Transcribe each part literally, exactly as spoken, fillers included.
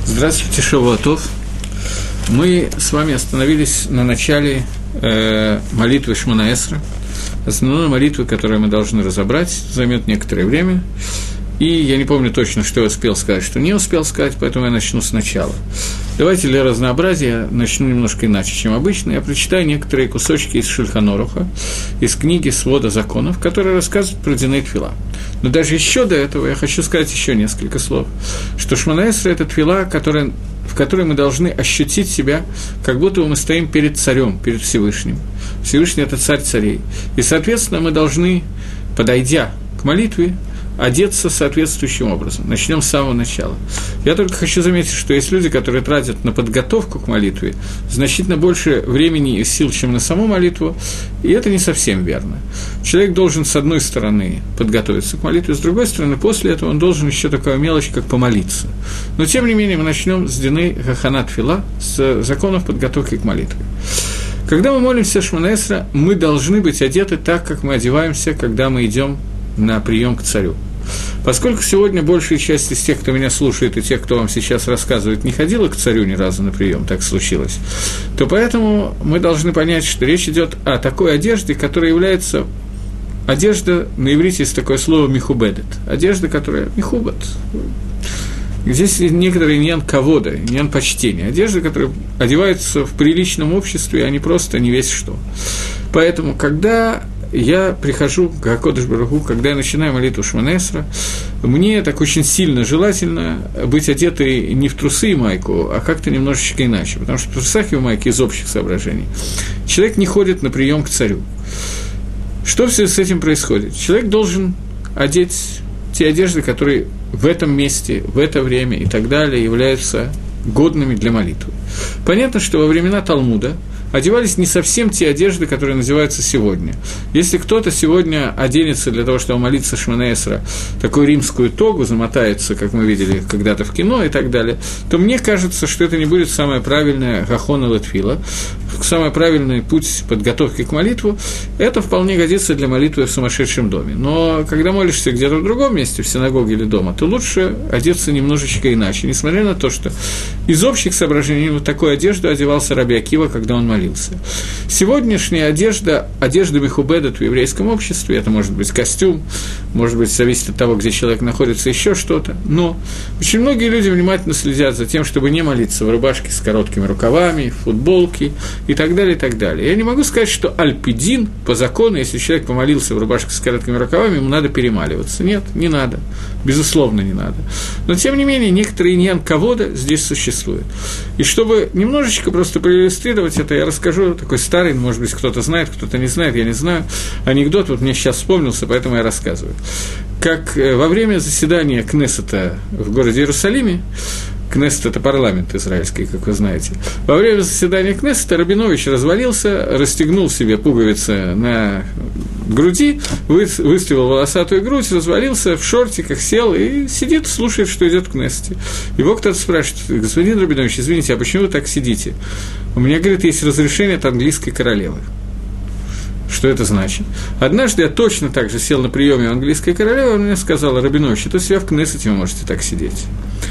Здравствуйте, Шавуа Тов. Мы с вами остановились на начале э, молитвы Шмона Эсра, основной молитвы, которую мы должны разобрать, займет некоторое время. И я не помню точно, что я успел сказать, что не успел сказать, поэтому я начну сначала. Давайте для разнообразия начну немножко иначе, чем обычно. Я прочитаю некоторые кусочки из Шульхан Аруха, из книги «Свода законов», которые рассказывают про Диней Тфила. Но даже еще до этого я хочу сказать еще несколько слов, что Шмона Эсра – это Тфила, которая, в которой мы должны ощутить себя, как будто мы стоим перед царем, перед Всевышним. Всевышний – это царь царей. И, соответственно, мы должны, подойдя к молитве, одеться соответствующим образом. Начнем с самого начала. Я только хочу заметить, что есть люди, которые тратят на подготовку к молитве значительно больше времени и сил, чем на саму молитву, и это не совсем верно. Человек должен, с одной стороны, подготовиться к молитве, с другой стороны, после этого он должен еще такую мелочь, как помолиться. Но, тем не менее, мы начнем с Диней Хахана Тфила, с законов подготовки к молитве. Когда мы молимся Шмона Эсра, мы должны быть одеты так, как мы одеваемся, когда мы идем на прием к царю. Поскольку сегодня большая часть из тех, кто меня слушает, и тех, кто вам сейчас рассказывает, не ходила к царю ни разу на прием, так случилось, то поэтому мы должны понять, что речь идет о такой одежде, которая является одежда, на иврите есть такое слово «михубедет», одежда, которая «михубет». Здесь некоторые иньян кавода, иньян почтения, одежда, которая одевается в приличном обществе, а не просто не весь что. Поэтому, когда я прихожу к ха-Кодеш Барух Ху, когда я начинаю молитву Шмона Эсра, мне так очень сильно желательно быть одетой не в трусы и майку, а как-то немножечко иначе, потому что в трусах и в майке из общих соображений человек не ходит на прием к царю. Что все с этим происходит? Человек должен одеть те одежды, которые в этом месте, в это время и так далее являются годными для молитвы. Понятно, что во времена Талмуда одевались не совсем те одежды, которые называются сегодня. Если кто-то сегодня оденется для того, чтобы молиться Шмона Эсра, такую римскую тогу, замотается, как мы видели когда-то в кино и так далее, то мне кажется, что это не будет самое правильное гахона летфила, самый правильный путь подготовки к молитве. Это вполне годится для молитвы в сумасшедшем доме. Но когда молишься где-то в другом месте, в синагоге или дома, то лучше одеться немножечко иначе, несмотря на то, что из общих соображений вот такую одежду одевался Раби Акива, когда он молился. Сегодняшняя одежда, одежда михубедет в еврейском обществе, это может быть костюм, может быть, зависит от того, где человек находится, еще что-то, но очень многие люди внимательно следят за тем, чтобы не молиться в рубашке с короткими рукавами, в футболке и так далее, и так далее. Я не могу сказать, что альпидин, по закону, если человек помолился в рубашке с короткими рукавами, ему надо перемаливаться. Нет, не надо, безусловно, не надо. Но, тем не менее, некоторые иньян кавода здесь существуют. И чтобы немножечко просто проиллюстрировать это, я расскажу такой старый, может быть, кто-то знает, кто-то не знает, я не знаю, анекдот, вот мне сейчас вспомнился, поэтому я рассказываю. Как во время заседания Кнессета в городе Иерусалиме, Кнессет – это парламент израильский, как вы знаете. Во время заседания Кнессета Рабинович развалился, расстегнул себе пуговицы на груди, выставил волосатую грудь, развалился в шортиках, сел и сидит, слушает, что идет в Кнессете. Его кто-то спрашивает: господин Рабинович, извините, а почему вы так сидите? У меня, говорит, есть разрешение от английской королевы. Что это значит? Однажды я точно так же сел на приеме у английской королевы, она мне сказала: Рабинович, это себя в Кнессете вы можете так сидеть.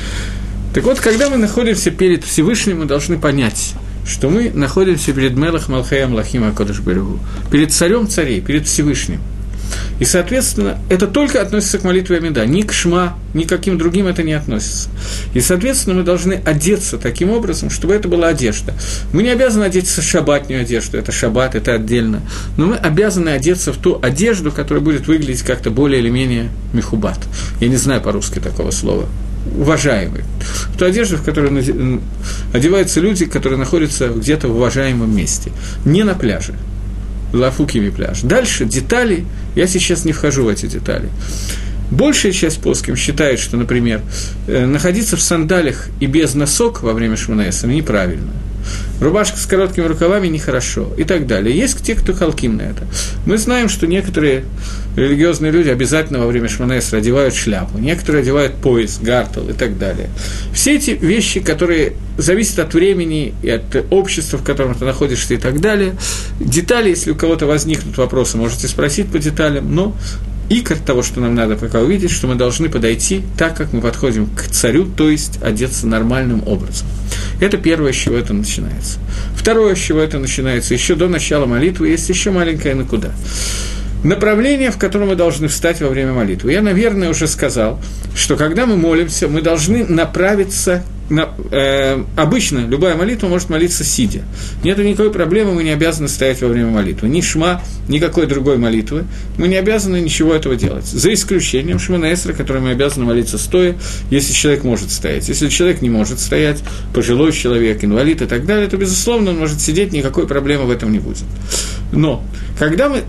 Так вот, когда мы находимся перед Всевышним, мы должны понять, что мы находимся перед Мелах Малхаям Лахим ха-Кодеш Барух Ху, перед царем царей, перед Всевышним. И, соответственно, это только относится к молитве Амида, ни к Шма, ни к каким другим это не относится. И, соответственно, мы должны одеться таким образом, чтобы это была одежда. Мы не обязаны одеться в шаббатную одежду, это шаббат, это отдельно, но мы обязаны одеться в ту одежду, которая будет выглядеть как-то более или менее михубат. Я не знаю по-русски такого слова. Уважаемый. В ту одежду, в которую одеваются люди, которые находятся где-то в уважаемом месте, не на пляже. Лафукими пляж. Дальше детали, я сейчас не вхожу в эти детали. Большая часть поским считает, что, например, находиться в сандалях и без носок во время Шмона Эсра неправильно. Рубашка с короткими рукавами нехорошо и так далее. Есть те, кто халким на это. Мы знаем, что некоторые религиозные люди обязательно во время Шмона Эсра одевают шляпу, некоторые одевают пояс, гартл и так далее. Все эти вещи, которые зависят от времени и от общества, в котором ты находишься и так далее. Детали, если у кого-то возникнут вопросы, можете спросить по деталям, но икор того, что нам надо пока увидеть, что мы должны подойти так, как мы подходим к царю, то есть одеться нормальным образом. Это первое, с чего это начинается. Второе, с чего это начинается, еще до начала молитвы, есть еще маленькая накуда. Направление, в котором мы должны встать во время молитвы. Я, наверное, уже сказал, что когда мы молимся, мы должны направиться на, э, обычно любая молитва может молиться сидя. Нет никакой проблемы, мы не обязаны стоять во время молитвы. Ни шма, никакой другой молитвы. Мы не обязаны ничего этого делать. За исключением Шмона Эсра, который мы обязаны молиться стоя, если человек может стоять. Если человек не может стоять, пожилой человек, инвалид и так далее, то, безусловно, он может сидеть, никакой проблемы в этом не будет. Но когда мы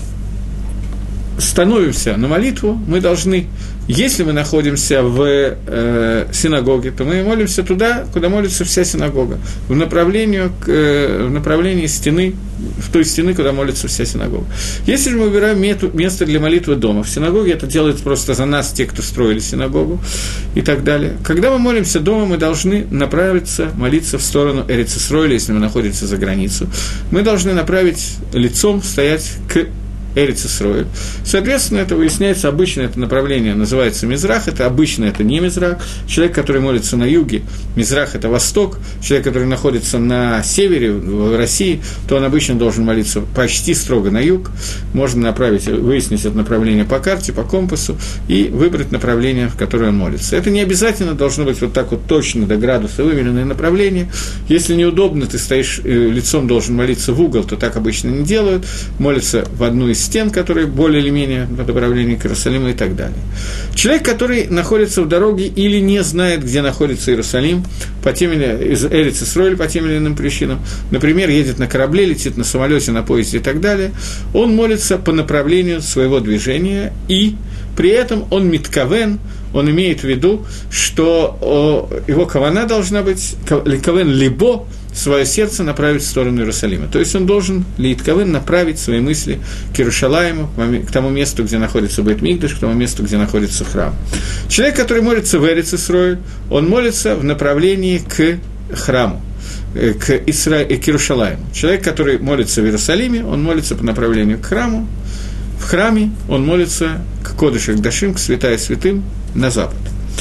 становимся на молитву, мы должны, если мы находимся в э, синагоге, то мы молимся туда, куда молится вся синагога, в направлении, к, э, в направлении стены, в той стены, куда молится вся синагога. Если же мы выбираем место для молитвы дома, в синагоге это делают просто за нас те, кто строили синагогу и так далее. Когда мы молимся дома, мы должны направиться, молиться в сторону Эрец-Исроэля, если мы находимся за границу. Мы должны направить лицом, стоять к Эрец-Исроэль. Соответственно, это выясняется, обычно это направление называется Мизрах, это обычно это не Мизрах. Человек, который молится на юге, Мизрах – это восток. Человек, который находится на севере, в России, то он обычно должен молиться почти строго на юг. Можно направить, выяснить это направление по карте, по компасу и выбрать направление, в которое он молится. Это не обязательно должно быть вот так вот точно до градуса выверенное направление. Если неудобно, ты стоишь, лицом должен молиться в угол, то так обычно не делают. Молятся в одну из стен, которые более или менее по направлению к Иерусалиму и так далее. Человек, который находится в дороге или не знает, где находится Иерусалим, по тем или из Эрец-Исроэль по тем или иным причинам, например, едет на корабле, летит на самолете, на поезде и так далее, он молится по направлению своего движения, и при этом он миткавен, он имеет в виду, что о, его кавана должна быть, кавен либо, свое сердце направить в сторону Иерусалима. То есть он должен, лейтковен, направить свои мысли к Иерушалайму, к тому месту, где находится Бейт-Микдаш, к тому месту, где находится храм. Человек, который молится в Эрец-Исроэль, он молится в направлении к храму, к, Исра... к Иерушалайму. Человек, который молится в Иерусалиме, он молится по направлению к храму. В храме он молится к Кодеш ха-Кодашим, к святая святым, на запад.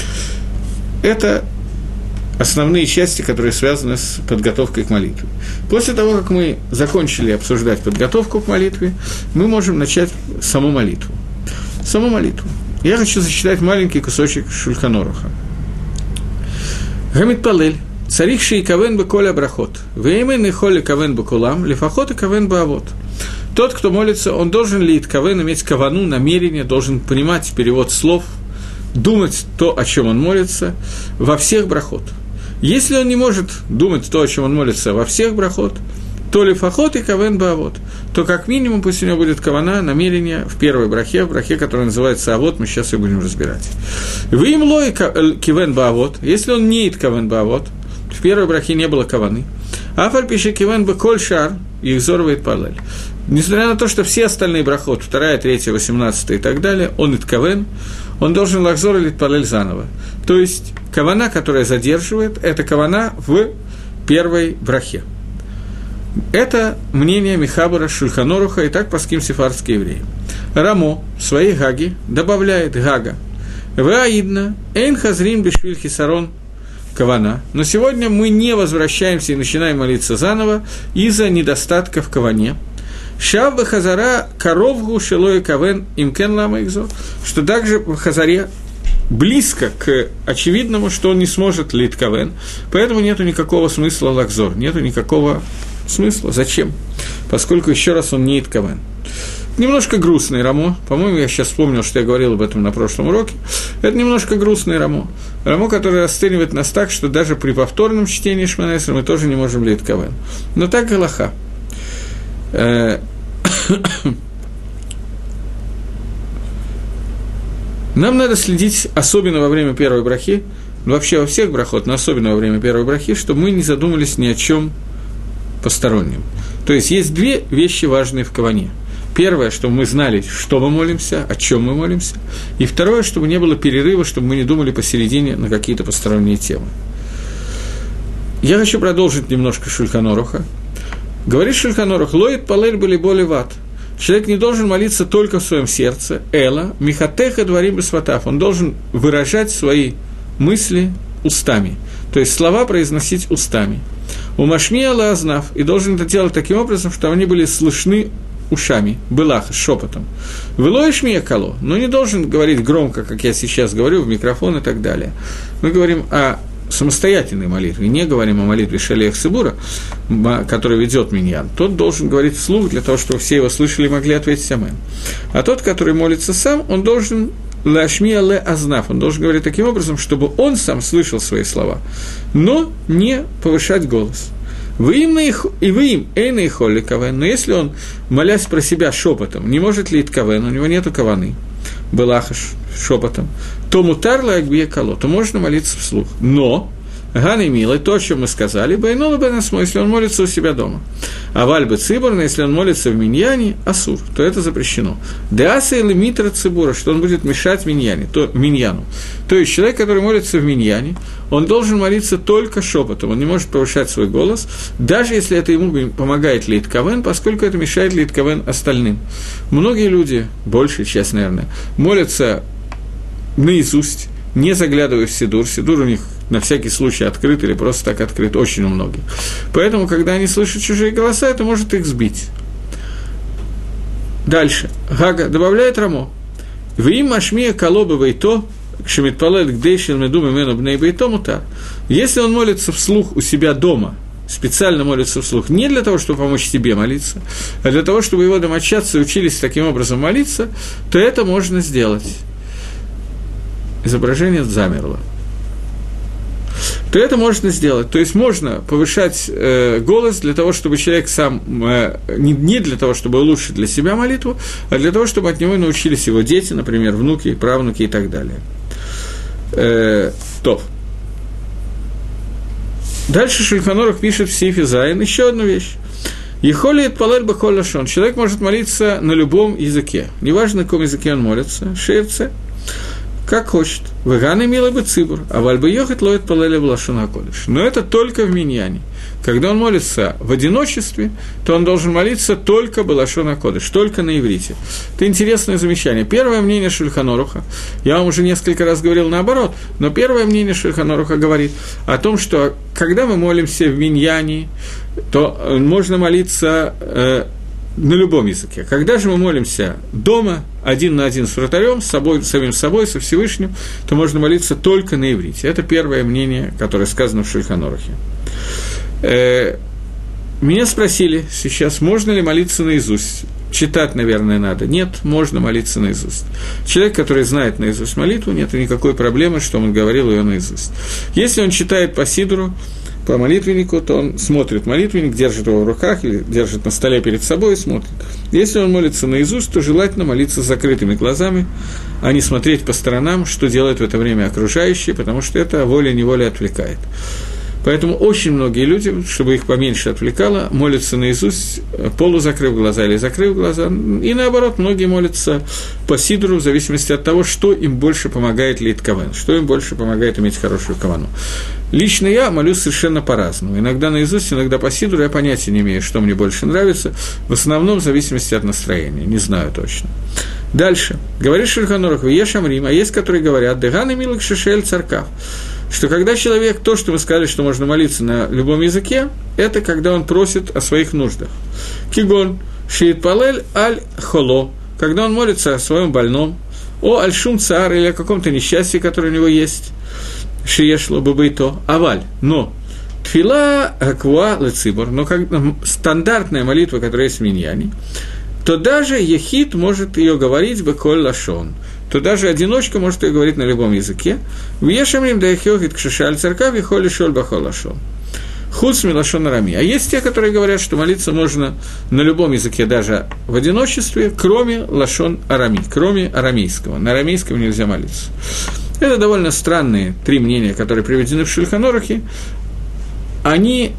Это основные части, которые связаны с подготовкой к молитве. После того, как мы закончили обсуждать подготовку к молитве, мы можем начать саму молитву. Саму молитву. Я хочу зачитать маленький кусочек Шульхан Аруха. Гамит Палель, царих шей кавен бы коля брахот, веймен и холи кавен бы кулам, лифахот и кавен бы авот. Тот, кто молится, он должен лить кавен, иметь кавану, намерение, должен понимать перевод слов, думать то, о чем он молится, во всех брахот. Если он не может думать то, о чем он молится, во всех брахот, то лифахот и кавен баавот, то как минимум пусть у него будет кавана, намерение в первой брахе, в брахе, которая называется авот, мы сейчас ее будем разбирать. Вы им лой кивен баавот, если он не ит кавен баавот, в первой брахе не было каваны, афаль пишет кивен бы коль шар, их зорвает палель. Несмотря на то, что все остальные брахот, вторая, третья, восемнадцатая и так далее, он ит кавен, он должен лахзор или палель заново. То есть кавана, которая задерживает, это кавана в первой брахе. Это мнение Михабара Шульхан Аруха, и так паским сефардские евреи. Рамо в своей Гаге добавляет Гага. Ваидна, эйн хазрин бешвиль хисарон кавана. Но сегодня мы не возвращаемся и начинаем молиться заново из-за недостатка в каване. Шав в Хазара коровгу шелой кавен имкен лама экзо, что также в Хазаре близко к очевидному, что он не сможет лит кавен, поэтому нету никакого смысла лахзор, нету никакого смысла. Зачем? Поскольку еще раз он не ит кавен. Немножко грустный рамо, по-моему, я сейчас вспомнил, что я говорил об этом на прошлом уроке, это немножко грустный рамо, рамо, который расценивает нас так, что даже при повторном чтении Шмона Эсра мы тоже не можем лит кавен. Но так галаха. Нам надо следить, особенно во время первой брахи, вообще во всех брахот, но особенно во время первой брахи, чтобы мы не задумались ни о чем постороннем. То есть есть две вещи важные в каване. Первое, чтобы мы знали, что мы молимся, о чем мы молимся. И второе, чтобы не было перерыва, чтобы мы не думали посередине на какие-то посторонние темы. Я хочу продолжить немножко Шульхан Аруха. Говорит Шульхан Арух, лоит палель были боли ват, Человек не должен молиться только в своем сердце. Эла, михатеха дворим бесватав. Он должен выражать свои мысли устами. То есть слова произносить устами. У машмия лаазнав. И должен это делать таким образом, чтобы они были слышны ушами, былах, шепотом. Вылоишь меня кало, но не должен говорить громко, как я сейчас говорю, в микрофон и так далее. Мы говорим о самостоятельной молитве, не говорим о молитве Шалех Цибура, который ведет миньян. Тот должен говорить вслух для того, чтобы все его слышали и могли ответить амен. А тот, который молится сам, он должен лашмия ле азнав, он должен говорить таким образом, чтобы он сам слышал свои слова, но не повышать голос. Вы им и вы им эйна и холли кавен, но если он, молясь про себя шепотом, не может лить кавен, у него нету каваны, белахаш шепотом, то мутарла агбия кало, то можно молиться вслух. Но Ган и Милой, то, о чем мы сказали, байнула бы нас, если он молится у себя дома. А вальбы цибурна, если он молится в миньяне, асур, то это запрещено. Деаса или митра цибура, что он будет мешать миньяне, то, миньяну. То есть человек, который молится в миньяне, он должен молиться только шепотом, он не может повышать свой голос, даже если это ему помогает лейт кавен, поскольку это мешает лейт кавен остальным. Многие люди, большая часть, наверное, молятся наизусть, не заглядывая в сидур. Сидур у них на всякий случай открыт или просто так открыт, очень у многих. Поэтому, когда они слышат чужие голоса, это может их сбить. Дальше. Гага добавляет Рамо. «Вим машмия колоба вейто, кшемитпалел гдейшил медум имену бней бейто мутар». Если он молится вслух у себя дома, специально молится вслух, не для того, чтобы помочь себе молиться, а для того, чтобы его домочадцы учились таким образом молиться, то это можно сделать. Изображение замерло. То это можно сделать. То есть можно повышать э, голос для того, чтобы человек сам, э, не, не для того, чтобы улучшить для себя молитву, а для того, чтобы от него научились его дети, например, внуки, правнуки и так далее. Э, топ. Дальше Шульхан Арух пишет в Сифе Зайн еще одну вещь. «Ехолиет палель бахоль лашон». Человек может молиться на любом языке. Неважно, на каком языке он молится. Шеевце. Как хочет. Веганы милый бы цибур, а вальбы йохет лоет палеля в лашон кодеш. Но это только в миньяне. Когда он молится в одиночестве, то он должен молиться только балашон кодеш, только на иврите. Это интересное замечание. Первое мнение Шульхан Аруха, я вам уже несколько раз говорил наоборот, но первое мнение Шульхан Аруха говорит о том, что когда мы молимся в миньяне, то можно молиться э, на любом языке. Когда же мы молимся дома, один на один с вратарем, с собой, самим собой, со Всевышним, то можно молиться только на иврите. Это первое мнение, которое сказано в Шульхан Арухе. Э, меня спросили сейчас, можно ли молиться наизусть. Читать, наверное, надо. Нет, можно молиться наизусть. Человек, который знает наизусть молитву, нет никакой проблемы, что он говорил ее наизусть. Если он читает по сидору, по молитвеннику, то он смотрит молитвенник, держит его в руках или держит на столе перед собой и смотрит. Если он молится наизусть, то желательно молиться с закрытыми глазами, а не смотреть по сторонам, что делают в это время окружающие, потому что это волей-неволей отвлекает. Поэтому очень многие люди, чтобы их поменьше отвлекало, молятся наизусть, полузакрыв глаза или закрыв глаза. И наоборот, многие молятся по сидру, в зависимости от того, что им больше помогает лейт кавен, что им больше помогает иметь хорошую кавану. Лично я молюсь совершенно по-разному. Иногда наизусть, иногда по сидру, я понятия не имею, что мне больше нравится. В основном в зависимости от настроения, не знаю точно. Дальше. Говорит Шульхан Арух, «Вееш амрим», а есть, которые говорят, «Деган и милок шешель царкав», что когда человек, то, что мы сказали, что можно молиться на любом языке, это когда он просит о своих нуждах. Кигон, шиит палель аль холо, когда он молится о своем больном, о альшум цар или о каком-то несчастье, которое у него есть, шиешло бабайто, аваль, но тфила аква лецибор, но как, стандартная молитва, которая есть в миньяне, то даже ехид может ее говорить беколь лашон, то даже одиночка может ее говорить на любом языке. «Вьешамрим да эхёхит кшишаль царкав и холи шоль бахол лашон». Хуц милашон арами. А есть те, которые говорят, что молиться можно на любом языке, даже в одиночестве, кроме лашон арами, кроме арамейского. На арамейском нельзя молиться. Это довольно странные три мнения, которые приведены в Шульхан Арухе. Они...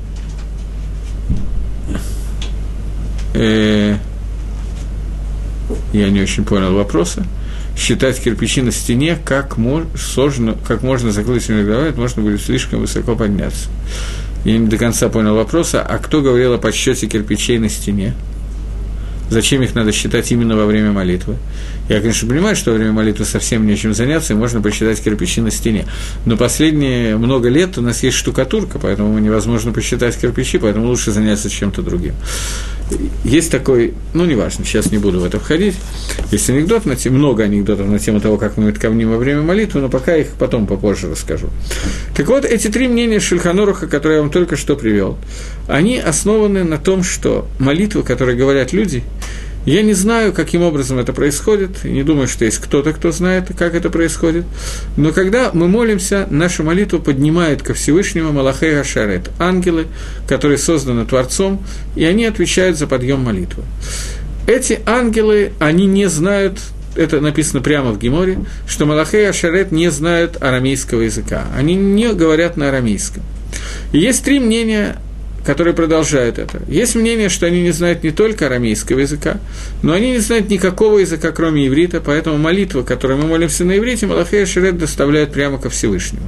Э, я не очень понял вопроса. Считать кирпичи на стене, как, мож, сложно, как можно закрыть себе головой, можно будет слишком высоко подняться. Я не до конца понял вопроса, а кто говорил о подсчёте кирпичей на стене? зачем их надо считать именно во время молитвы. Я, конечно, понимаю, что во время молитвы совсем нечем заняться, и можно посчитать кирпичи на стене. Но последние много лет у нас есть штукатурка, поэтому невозможно посчитать кирпичи, поэтому лучше заняться чем-то другим. Есть такой, ну, неважно, сейчас не буду в это входить, есть анекдот, на тему, много анекдотов на тему того, как мы ковним во время молитвы, но пока их потом попозже расскажу. Так вот, эти три мнения Шульхан Аруха, которые я вам только что привел, они основаны на том, что молитвы, которые говорят люди, я не знаю, каким образом это происходит, и не думаю, что есть кто-то, кто знает, как это происходит, но когда мы молимся, нашу молитву поднимает ко Всевышнему Малахей Гашарет, ангелы, которые созданы Творцом, и они отвечают за подъем молитвы. Эти ангелы, они не знают, это написано прямо в Геморе, что Малахей Гашарет не знают арамейского языка, они не говорят на арамейском. И есть три мнения, которые продолжают это. Есть мнение, что они не знают не только арамейского языка, но они не знают никакого языка, кроме иврита, поэтому молитва, которой мы молимся на иврите, Малахей Гашарет доставляет прямо ко Всевышнему.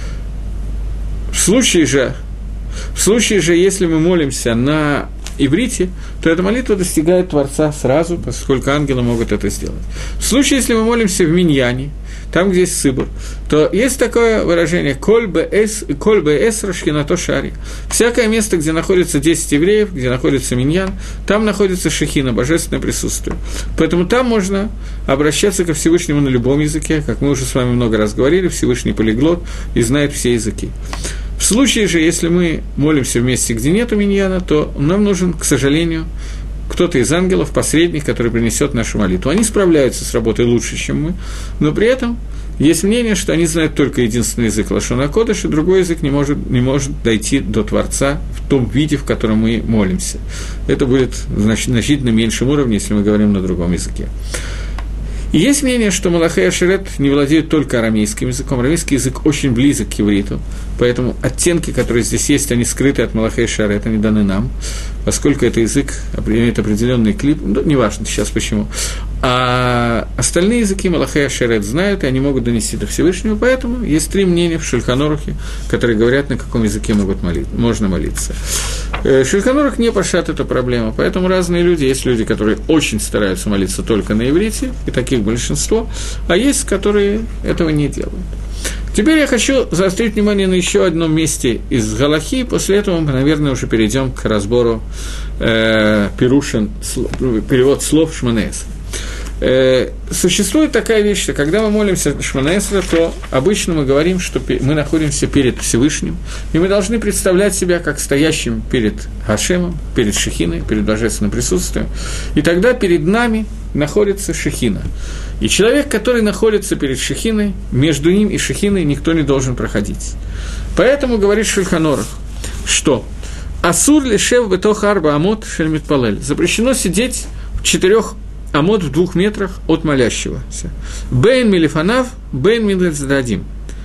В случае же, в случае же, если мы молимся на иврите, то эта молитва достигает Творца сразу, поскольку ангелы могут это сделать. В случае, если мы молимся в миньяне, там, где есть сыбур, то есть такое выражение «коль бе эсра шхинато шари». Всякое место, где находится десять евреев, где находится миньян, там находится шехина, божественное присутствие. Поэтому там можно обращаться ко Всевышнему на любом языке, как мы уже с вами много раз говорили, Всевышний полиглот и знает все языки. В случае же, если мы молимся в месте, где нету миньяна, то нам нужен, к сожалению, кто-то из ангелов, посредник, который принесет нашу молитву. Они справляются с работой лучше, чем мы, но при этом есть мнение, что они знают только единственный язык лашон а-кодеш, и другой язык не может, не может дойти до Творца в том виде, в котором мы молимся. Это будет значительно меньшем уровне, если мы говорим на другом языке. И есть мнение, что Малахей Гашарет не владеет только арамейским языком. Арамейский язык очень близок к ивриту, поэтому оттенки, которые здесь есть, они скрыты от Малахей Гашарет, они даны нам, поскольку это язык имеет определенный клип, ну, неважно сейчас почему. А остальные языки Малахей Гашарет знают, и они могут донести до Всевышнего, поэтому есть три мнения в Шульхан Арухе, которые говорят, на каком языке могут молить, можно молиться. Шульхан Арух не пашат эту проблему, поэтому разные люди, есть люди, которые очень стараются молиться только на иврите, и таких большинство, а есть, которые этого не делают. Теперь я хочу заострить внимание на еще одном месте из Галахи, после этого мы, наверное, уже перейдем к разбору э, Пирушин, перевод слов Шмона Эсра. Э, существует такая вещь, что когда мы молимся Шмона Эсра, то обычно мы говорим, что мы находимся перед Всевышним, и мы должны представлять себя как стоящим перед Хашемом, перед Шехиной, перед Божественным присутствием, и тогда перед нами находится Шехина. И человек, который находится перед Шехиной, между ним и Шехиной никто не должен проходить. Поэтому говорит Шульхан Арух, что «Асур лишев бетох арба амот шель митпалель» запрещено сидеть в четырех амот в двух метрах от молящегося. «Бейн милифанав, бейн милецдадим».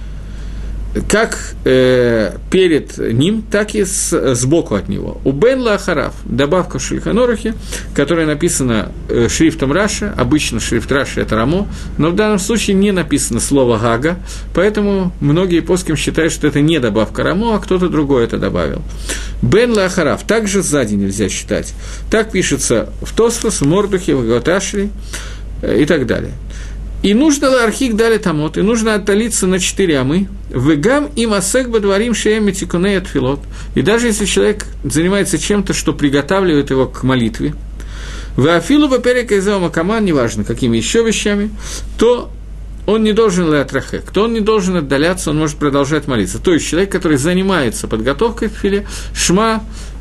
Как э, перед ним, так и с, сбоку от него. У Бен Лахараф, добавка в Шульхан Арухе, которая написана э, шрифтом Раша, обычно шрифт Раши – это Рамо, но в данном случае не написано слово Гага, поэтому многие поским считают, что это не добавка Рамо, а кто-то другой это добавил. Бен Лахараф также сзади нельзя считать. Так пишется в Тосфос, в Мордухе, в Гаташри э, и так далее. И нужно архик дали тамот, и нужно отдалиться на четыре амы. Вегам им асек бадварим шеем метикуней атфилот. И даже если человек занимается чем-то, что приготавливает его к молитве, веафилу баперека изеома каман, неважно, какими еще вещами, то он не должен леатрахек, то он не должен отдаляться, он может продолжать молиться. То есть человек, который занимается подготовкой к филе, шма,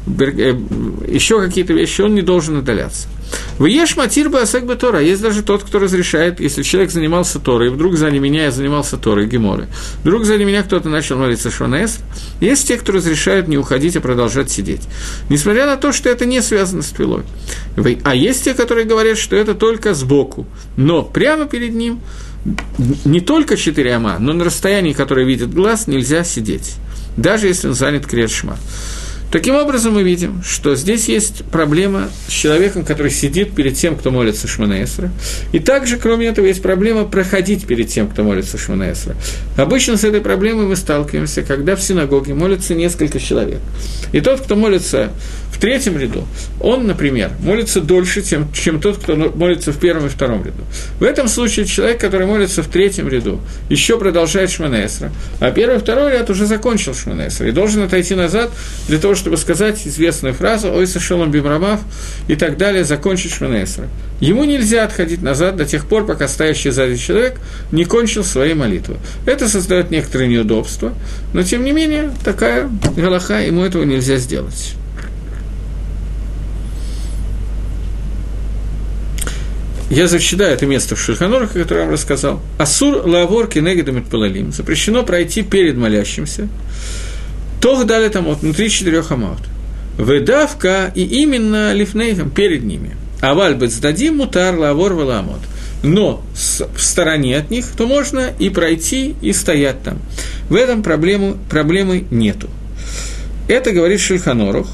еще какие-то вещи, он не должен отдаляться. В еш матир бы асек бы Тора. Есть даже тот, кто разрешает, если человек занимался Торой, и вдруг сзади меня я занимался Торой, Геморы, вдруг сзади меня кто-то начал молиться Шмона Эсра, есть те, кто разрешают не уходить, а продолжать сидеть. Несмотря на то, что это не связано с твилой. А есть те, которые говорят, что это только сбоку, но прямо перед ним не только четыре ама, но на расстоянии, которое видит глаз, нельзя сидеть, даже если он занят крет шма. Таким образом, мы видим, что здесь есть проблема с человеком, который сидит перед тем, кто молится Шмона Эсра. И также, кроме этого, есть проблема проходить перед тем, кто молится Шмона Эсра. Обычно с этой проблемой мы сталкиваемся, когда в синагоге молятся несколько человек. И тот, кто молится в третьем ряду, он, например, молится дольше, чем, чем тот, кто молится в первом и втором ряду. В этом случае человек, который молится в третьем ряду, еще продолжает Шмона Эсра, а первый и второй ряд уже закончил Шмона Эсра и должен отойти назад для того, чтобы сказать известную фразу «Ой, сошелом бимрамав» и так далее, закончить Шмона Эсра. Ему нельзя отходить назад до тех пор, пока стоящий сзади человек не кончил своей молитвы. Это создает некоторые неудобства, но, тем не менее, такая галаха, ему этого нельзя сделать. Я зачитаю это место в Шульхан Орухе, которое я вам рассказал. «Асур лавор кенегеду митпалалим». Запрещено пройти перед молящимся. Тох дали там вот внутри четырех амот. Ведавка и именно лифнейхам перед ними. Аваль бецдадим мутар лавор валамот. Но в стороне от них, то можно и пройти, и стоять там. В этом проблему, проблемы нету. Это говорит Шульхан Орух.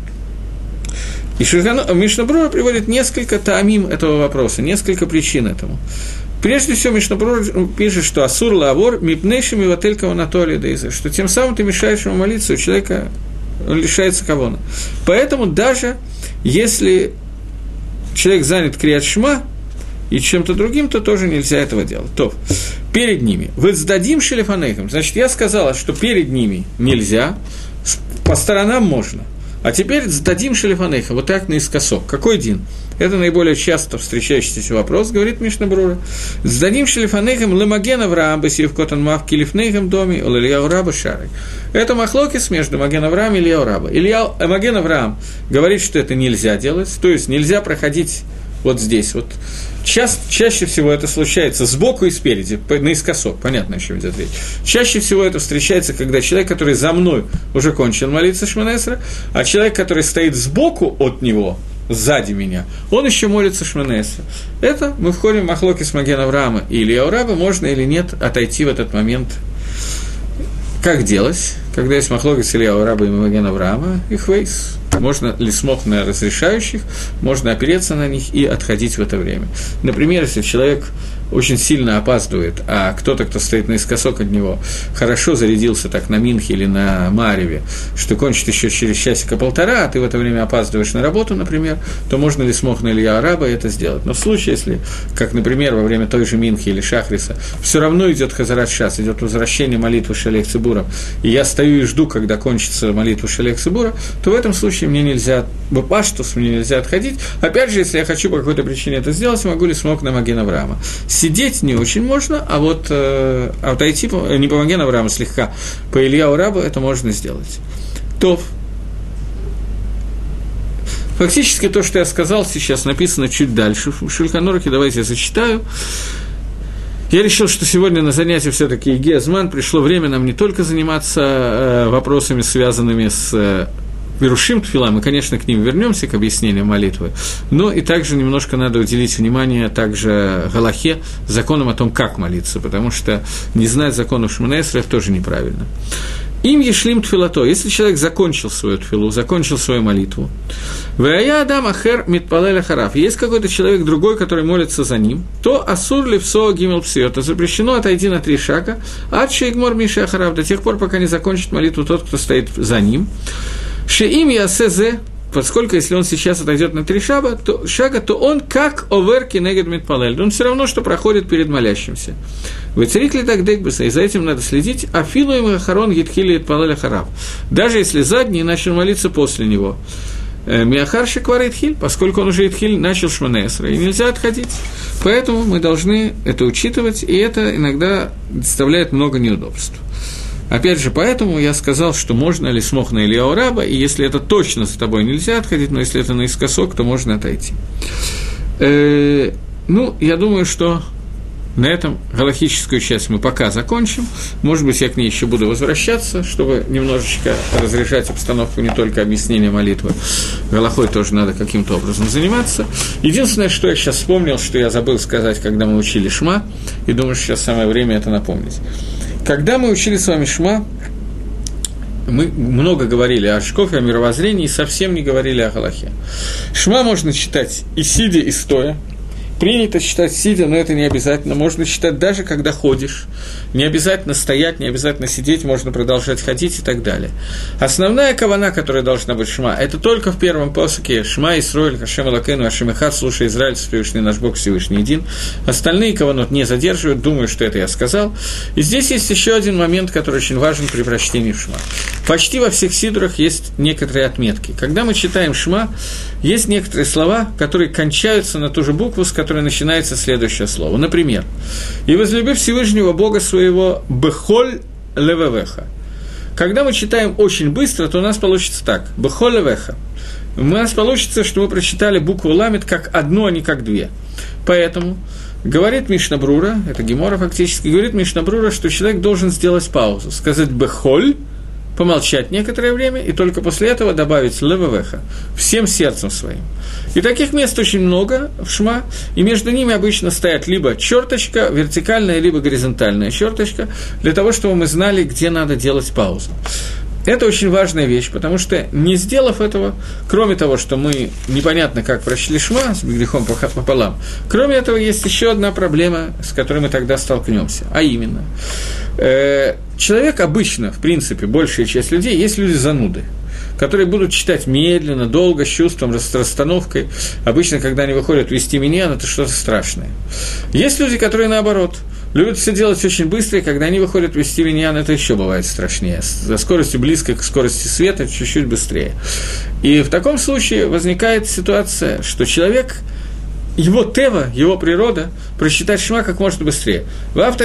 И Мишна Брура приводит несколько таамим этого вопроса, несколько причин этому. Прежде всего, Мишна Брура пишет, что «Асур лавор мипнейшим и вателькова натоли дейза», что тем самым ты мешаешь ему молиться, у человека он лишается кавона. Поэтому даже если человек занят криат шма и чем-то другим, то тоже нельзя этого делать. То, перед ними. «Вэцдадим шелефанейхам», значит, я сказала, что перед ними нельзя, по сторонам можно. А теперь сдадим шелефанейха, вот так наискосок. Какой дин? Это наиболее часто встречающийся вопрос, говорит Мишна Брура. Сдадим шелефанейхам лемаген Авраам бесив котан мавки лифнейхам доми ол Ильяу раба шарой. Это махлокис между Маген Авраам и Ильяу раба. Ильяу, э, Маген Авраам говорит, что это нельзя делать, то есть нельзя проходить вот здесь вот. Ча- чаще всего это случается сбоку и спереди, наискосок, понятно, о чем идет речь. Чаще всего это встречается, когда человек, который за мной уже кончил молиться Шмона Эсра, а человек, который стоит сбоку от него, сзади меня, он еще молится Шмона Эсра. Это мы входим в махлокис Маген Авраама и Ильяу раба, можно или нет отойти в этот момент. Как делать, когда есть махлокис Ильяу раба и Маген Авраама, их вейс. Можно ли смог на разрешающих, можно опереться на них и отходить в это время. Например, если человек очень сильно опаздывает, а кто-то, кто стоит наискосок от него, хорошо зарядился так на Минхе или на Мареве, что кончит еще через часика-полтора, а ты в это время опаздываешь на работу, например, то можно ли смог на Илья Раба это сделать. Но в случае, если, как, например, во время той же Минхи или Шахриса, все равно идет Хазарат Шас, идет возвращение молитвы Шалех Цибура, и я стою и жду, когда кончится молитва Шалех Цибура, то в этом случае мне нельзя, бапаштус, мне нельзя отходить. Опять же, если я хочу по какой-то причине это сделать, могу ли смог на Маген Авраама. Сидеть не очень можно, а вот э, отойти, по, не по Маген Аврааму слегка, по Ильяу рабу это можно сделать. То фактически то, что я сказал, сейчас написано чуть дальше в Шульхан Орухе, давайте я зачитаю. Я решил, что сегодня на занятии все-таки Иге Азман, пришло время нам не только заниматься э, вопросами, связанными с э, Пирушим Тфила, мы, конечно, к ним вернемся, к объяснению молитвы, но и также немножко надо уделить внимание также галахе, законам о том, как молиться, потому что не знать законов Шмона Эсра тоже неправильно. Им ешлим тфилато, если человек закончил свою тфилу, закончил свою молитву, вая адам ахер митпалеля хараф, есть какой-то человек другой, который молится за ним, то асур ливсо гимел псиота, запрещено отойти на три шага, ад шейгмор миша хараф, до тех пор, пока не закончит молитву тот, кто стоит за ним. Шеим ясезе, поскольку если он сейчас отойдет на три шага, то, шага, то он как овер кинегед митпалель, он все равно, что проходит перед молящимся. Вы царикли так дегбеса, и за этим надо следить, а филу им ахарон гитхили итпалеля хараб, даже если задний начал молиться после него. Миахар шеквар итхиль, поскольку он уже итхиль начал Шмона Эсра, и нельзя отходить. Поэтому мы должны это учитывать, и это иногда доставляет много неудобств. Опять же, поэтому я сказал, что можно ли смог на Ильяу раба, и если это точно за тобой нельзя отходить, но если это наискосок, то можно отойти. Э, ну, я думаю, что на этом галахическую часть мы пока закончим. Может быть, я к ней еще буду возвращаться, чтобы немножечко разрешать обстановку не только объяснения молитвы. Галахой тоже надо каким-то образом заниматься. Единственное, что я сейчас вспомнил, что я забыл сказать, когда мы учили Шма, и думаю, что сейчас самое время это напомнить. Когда мы учили с вами Шма, мы много говорили о Шкофе, о мировоззрении, и совсем не говорили о Галахе. Шма можно читать и сидя, и стоя. Принято читать сидя, но это не обязательно. Можно читать даже, когда ходишь. не обязательно стоять, не обязательно сидеть, можно продолжать ходить и так далее. Основная кавана, которая должна быть шма, это только в первом посуке «Шма Исроэль, Хашем Элокейну, Хашем Эхад», «Слушай, Израиль, Всевышний наш Бог, Всевышний един». Остальные каванот не задерживают, думаю, что это я сказал. И здесь есть еще один момент, который очень важен при прочтении шма. Почти во всех сидурах есть некоторые отметки. Когда мы читаем шма, есть некоторые слова, которые кончаются на ту же букву, с которой начинается следующее слово. Например, «И возлюби Всевышнего Бога своего бехоль левевеха». Когда мы читаем очень быстро, то у нас получится так – бехоль левеха. У нас получится, что мы прочитали букву ламет как одну, а не как две. Поэтому говорит Мишна Брура, это Гемора фактически, говорит Мишна Брура, что человек должен сделать паузу, сказать «бехоль», помолчать некоторое время, и только после этого добавить «левевеха» всем сердцем своим. И таких мест очень много в шма, и между ними обычно стоят либо черточка вертикальная, либо горизонтальная черточка, для того, чтобы мы знали, где надо делать паузу. Это очень важная вещь, потому что, не сделав этого, кроме того, что мы непонятно как прочли шма с грехом пополам, кроме этого есть еще одна проблема, с которой мы тогда столкнемся, а именно, э, человек обычно, в принципе, большая часть людей, есть люди зануды, которые будут читать медленно, долго, с чувством, с расстановкой. Обычно, когда они выходят вести миньян, это что-то страшное. Есть люди, которые, наоборот, любят все делать очень быстро, и когда они выходят вести миньян, это еще бывает страшнее. За скоростью близкой к скорости света, чуть-чуть быстрее. И в таком случае возникает ситуация, что человек, его тева, его природа, прочитать шма как можно быстрее. Вот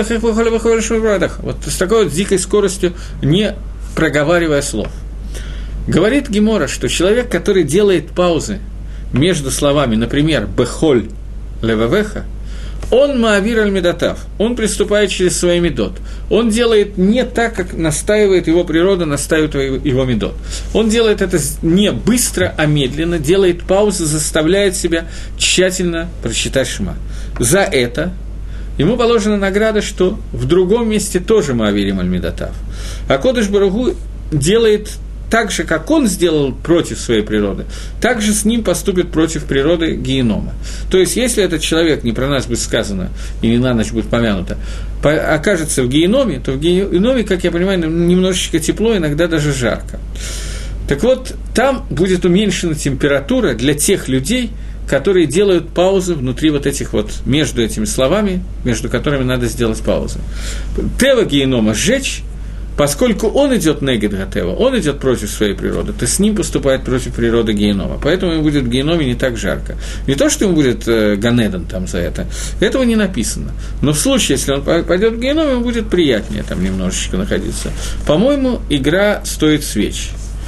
с такой вот дикой скоростью, не проговаривая слов. Говорит Гемора, что человек, который делает паузы между словами, например, «бехоль левавеха», он маавир аль-медотав, он приступает через свои медот. Он делает не так, как настаивает его природа, настаивает его медот. Он делает это не быстро, а медленно, делает паузы, заставляет себя тщательно прочитать шма. За это ему положена награда, что в другом месте тоже маавирим аль-медотав. А Кодеш Барух Ху делает так же, как он сделал против своей природы, так же с ним поступит против природы генома. То есть, если этот человек, не про нас будет сказано, и не на ночь будет помянуто, окажется в геноме, то в геноме, как я понимаю, немножечко тепло, иногда даже жарко. Так вот, там будет уменьшена температура для тех людей, которые делают паузы внутри вот этих вот, между этими словами, между которыми надо сделать паузу. Тева генома сжечь, поскольку он идет негед гатева, он идет против своей природы, то с ним поступает против природы генома. Поэтому ему будет в геноме не так жарко. Не то, что ему будет э, ганедон там за это, этого не написано. Но в случае, если он пойдет в геном, ему будет приятнее там немножечко находиться. По-моему, игра стоит свеч.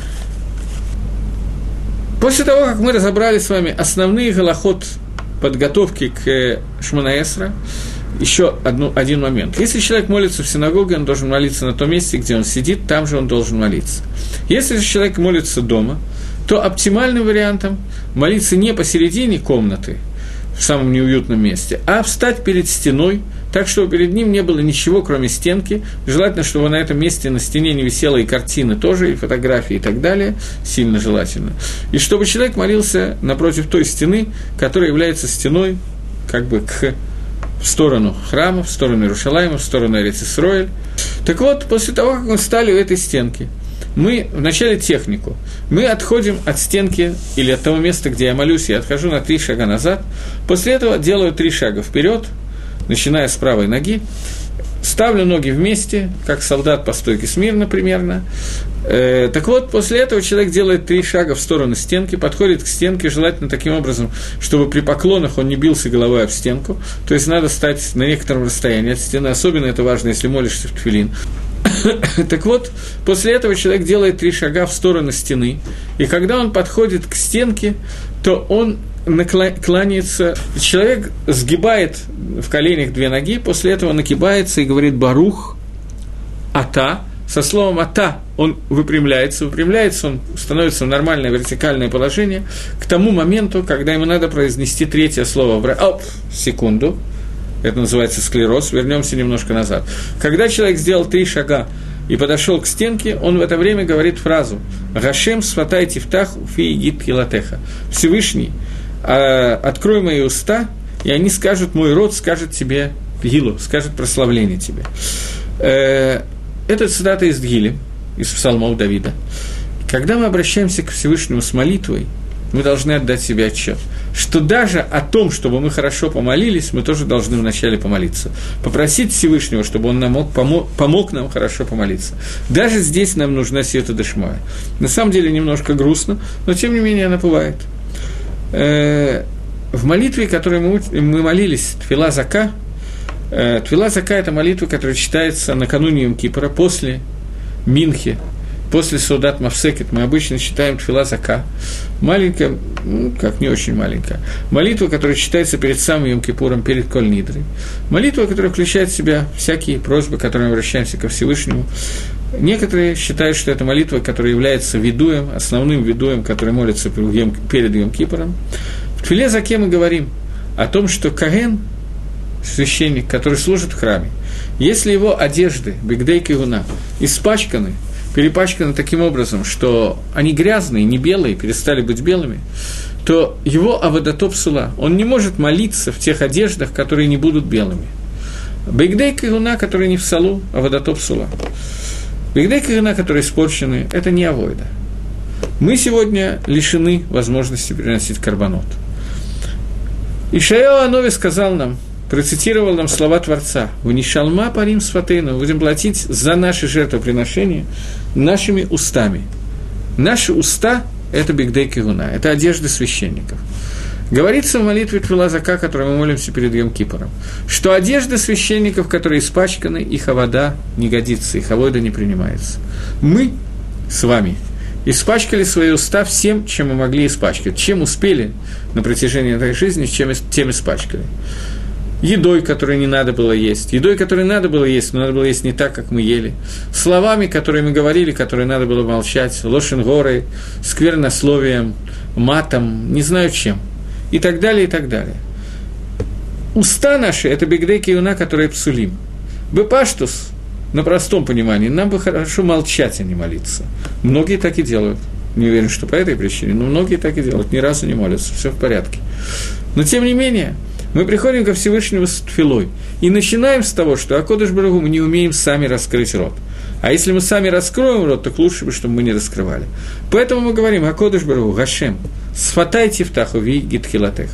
После того, как мы разобрали с вами основные галахот подготовки к Шмона Эсра, еще одну, один момент. Если человек молится в синагоге, он должен молиться на том месте, где он сидит, там же он должен молиться. Если же человек молится дома, то оптимальным вариантом молиться не посередине комнаты, в самом неуютном месте, а встать перед стеной, так, чтобы перед ним не было ничего, кроме стенки. Желательно, чтобы на этом месте на стене не висела и картины тоже, и фотографии и так далее, сильно желательно. И чтобы человек молился напротив той стены, которая является стеной как бы к... в сторону храма, в сторону Иерушалайма, в сторону Эрец-Исроэль. Так вот, после того, как мы встали у этой стенки, мы вначале технику, мы отходим от стенки или от того места, где я молюсь, я отхожу на три шага назад, после этого делаю три шага вперед, начиная с правой ноги, ставлю ноги вместе, как солдат по стойке смирно примерно. Э, так вот, после этого человек делает три шага в сторону стенки, подходит к стенке, желательно таким образом, чтобы при поклонах он не бился головой об стенку, то есть надо стать на некотором расстоянии от стены, особенно это важно, если молишься в тфилин. Так вот, после этого человек делает три шага в сторону стены, и когда он подходит к стенке, то он кланяется, человек сгибает в коленях две ноги, после этого нагибается и говорит «Барух ата». Со словом «ата» он выпрямляется, выпрямляется, он становится в нормальное вертикальное положение к тому моменту, когда ему надо произнести третье слово. Оп, секунду. Это называется склероз. Вернемся немножко назад. Когда человек сделал три шага и подошел к стенке, он в это время говорит фразу «Гашем сватай тифтах фи гит хилатеха». Всевышний, открой мои уста, и они скажут, мой род скажет тебе Гилу, скажет прославление тебе. Это цитата из Гили, из псалмов Давида. Когда мы обращаемся к Всевышнему с молитвой, мы должны отдать себе отчет, что даже о том, чтобы мы хорошо помолились, мы тоже должны вначале помолиться. Попросить Всевышнего, чтобы Он нам мог, помог, помог нам хорошо помолиться. Даже здесь нам нужна сиюта дешмая. На самом деле немножко грустно, но тем не менее она бывает. В молитве, которой мы, мы молились, Тфила Зака, Тфила Зака – это молитва, которая читается накануне Йом-Кипура, после Минхи, после Саудат Мавсекет. Мы обычно читаем Тфила Зака. Маленькая, ну, как не очень маленькая, молитва, которая читается перед самым Йом-Кипуром, перед Коль Нидрой. Молитва, которая включает в себя всякие просьбы, которыми обращаемся ко Всевышнему. Некоторые считают, что это молитва, которая является видуем, основным видуем, который молится перед Йом-Кипуром. В Тфиле Заке мы говорим о том, что Коэн, священник, который служит в храме, если его одежды, бигдей кигуна, испачканы, перепачканы таким образом, что они грязные, не белые, перестали быть белыми, то его аводатоп сула, он не может молиться в тех одеждах, которые не будут белыми. Бигдей кигуна, который не в салу, аводатоп сула. Бигдей кигуна, которые испорчены, это не авойда. Мы сегодня лишены возможности приносить карбонот. Ишайяу Анови сказал нам, процитировал нам слова Творца: «Внишалма парим сфатейну», будем платить за наши жертвоприношения нашими устами. Наши уста – это бигдей кигуна, это одежды священников. Говорится в молитве Тфила Зака, которой мы молимся перед Йом-Кипуром, что одежда священников, которые испачканы, их авода не годится, их авода не принимается. Мы с вами испачкали свои уста всем, чем мы могли испачкать. Чем успели на протяжении этой жизни, чем, тем испачкали. Едой, которой не надо было есть, едой, которой надо было есть, но надо было есть не так, как мы ели, словами, которые мы говорили, которые надо было молчать, лошенгорой, сквернословием, матом, не знаю чем, и так далее, и так далее. Уста наши – это бигдей киюна, которые псулим. Бепаштус, на простом понимании, нам бы хорошо молчать, а не молиться. Многие так и делают. Не уверен, что по этой причине, но многие так и делают, ни разу не молятся, все в порядке. Но тем не менее, мы приходим ко Всевышнему с тфилой и начинаем с того, что Акодыш Барух Ху мы не умеем сами раскрыть рот. А если мы сами раскроем рот, то лучше бы, чтобы мы не раскрывали. Поэтому мы говорим: Акодыш Барух Ху, Гашем, сфатайте втаху ви гитхилатех.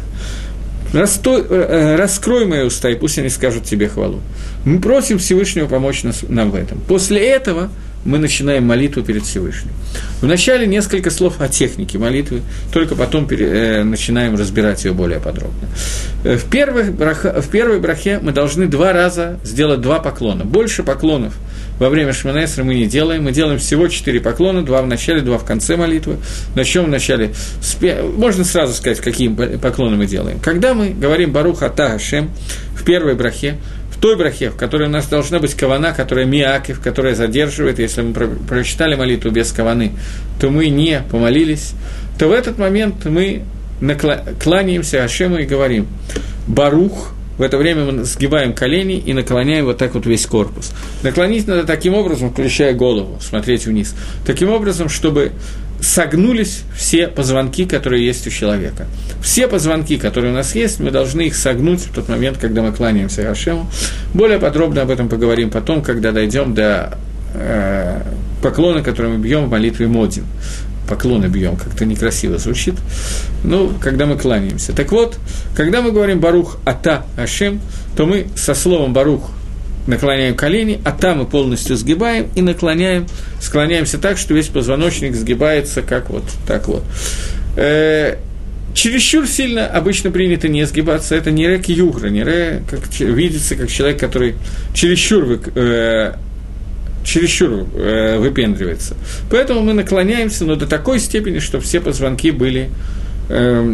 Раскрой мои уста, и пусть они скажут тебе хвалу. Мы просим Всевышнего помочь нас, нам в этом. После этого мы начинаем молитву перед Всевышним. Вначале несколько слов о технике молитвы, только потом пере, э, начинаем разбирать ее более подробно. В, первых браха, в первой брахе мы должны два раза сделать два поклона. Больше поклонов во время Шмона Эсры мы не делаем. Мы делаем всего четыре поклона, два в начале, два в конце молитвы. Начнем в начале. Можно сразу сказать, какие поклоны мы делаем. Когда мы говорим «Барух ата Ашем» в первой брахе, в той брахе, в которой у нас должна быть кавана, которая миакив, которая задерживает, если мы прочитали молитву без каваны, то мы не помолились, то в этот момент мы кланяемся Ашему и говорим «Барух». В это время мы сгибаем колени и наклоняем вот так вот весь корпус. Наклонить надо таким образом, включая голову, смотреть вниз. Таким образом, чтобы согнулись все позвонки, которые есть у человека. Все позвонки, которые у нас есть, мы должны их согнуть в тот момент, когда мы кланяемся Ашему. Более подробно об этом поговорим потом, когда дойдем до э, поклона, который мы бьем в молитве Модим. Поклоны бьем, как-то некрасиво звучит, ну, когда мы кланяемся. Так вот, когда мы говорим «Барух ата Ашем», то мы со словом «Барух» наклоняем колени, ата мы полностью сгибаем и наклоняем, склоняемся так, что весь позвоночник сгибается, как вот так вот. Э-э- чересчур сильно обычно принято не сгибаться, это не ре кьюгра, не ре, как видится, как человек, который чересчур вы, э- чересчур э, выпендривается. Поэтому мы наклоняемся, но до такой степени, что все позвонки были э,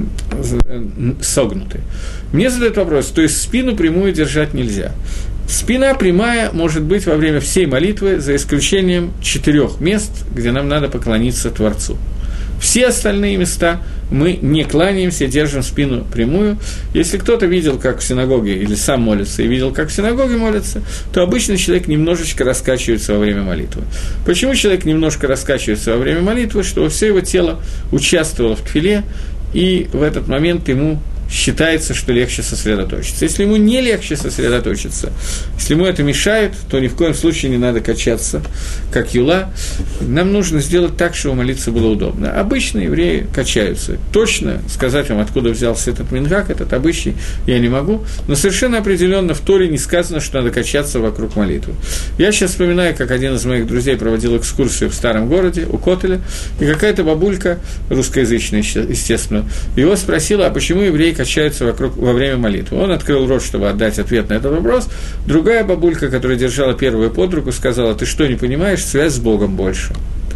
согнуты. Мне задают вопрос, то есть спину прямую держать нельзя. Спина прямая может быть во время всей молитвы, за исключением четырех мест, где нам надо поклониться Творцу. Все остальные места мы не кланяемся, держим спину прямую. Если кто-то видел, как в синагоге, или сам молится, и видел, как в синагоге молится, то обычно человек немножечко раскачивается во время молитвы. Почему человек немножко раскачивается во время молитвы? Чтобы все его тело участвовало в тфиле, и в этот момент ему считается, что легче сосредоточиться. Если ему не легче сосредоточиться, если ему это мешает, то ни в коем случае не надо качаться, как юла. Нам нужно сделать так, чтобы молиться было удобно. Обычно евреи качаются. Точно сказать вам, откуда взялся этот мингак, этот обычай, я не могу, но совершенно определенно в Торе не сказано, что надо качаться вокруг молитвы. Я сейчас вспоминаю, как один из моих друзей проводил экскурсию в старом городе, у Котеля, и какая-то бабулька, русскоязычная, естественно, его спросила, а почему евреи качаются вокруг, во время молитвы. Он открыл рот, чтобы отдать ответ на этот вопрос. Другая бабулька, которая держала первую под руку, сказала, ты что, не понимаешь, связь с Богом больше.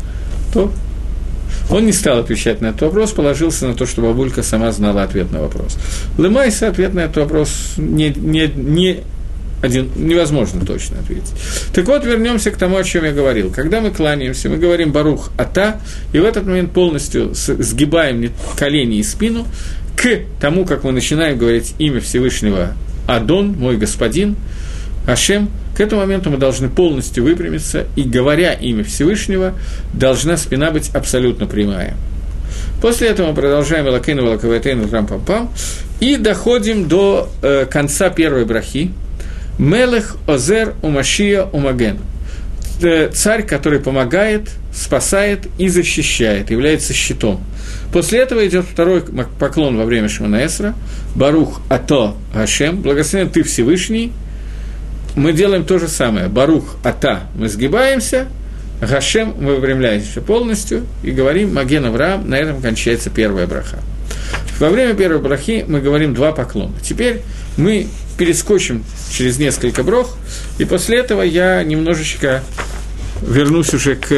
То он не стал отвечать на этот вопрос, положился на то, что бабулька сама знала ответ на вопрос. Лемайса ответ на этот вопрос не, не, не один, невозможно точно ответить. Так вот, вернемся к тому, о чем я говорил. Когда мы кланяемся, мы говорим «Барух Ата», и в этот момент полностью сгибаем колени и спину к тому, как мы начинаем говорить имя Всевышнего «Адон», «Мой Господин», «Ашем». К этому моменту мы должны полностью выпрямиться, и, говоря имя Всевышнего, должна спина быть абсолютно прямая. После этого мы продолжаем «Элокейну, Элоковайтейну, Трам-пам-пам» и доходим до э, конца первой брахи. «Мелех, Озер, Умашия, Умаген». Царь, который помогает, спасает и защищает, является щитом. После этого идет второй поклон во время Шмона Эсра. «Барух Ато Гашем», «Благословен ты Всевышний». Мы делаем то же самое. «Барух Ата», мы сгибаемся, «Гашем», мы выпрямляемся полностью и говорим «Маген Авраам», на этом кончается первая браха. Во время первой брахи мы говорим два поклона. Теперь мы перескочим через несколько брох, и после этого я немножечко вернусь уже к,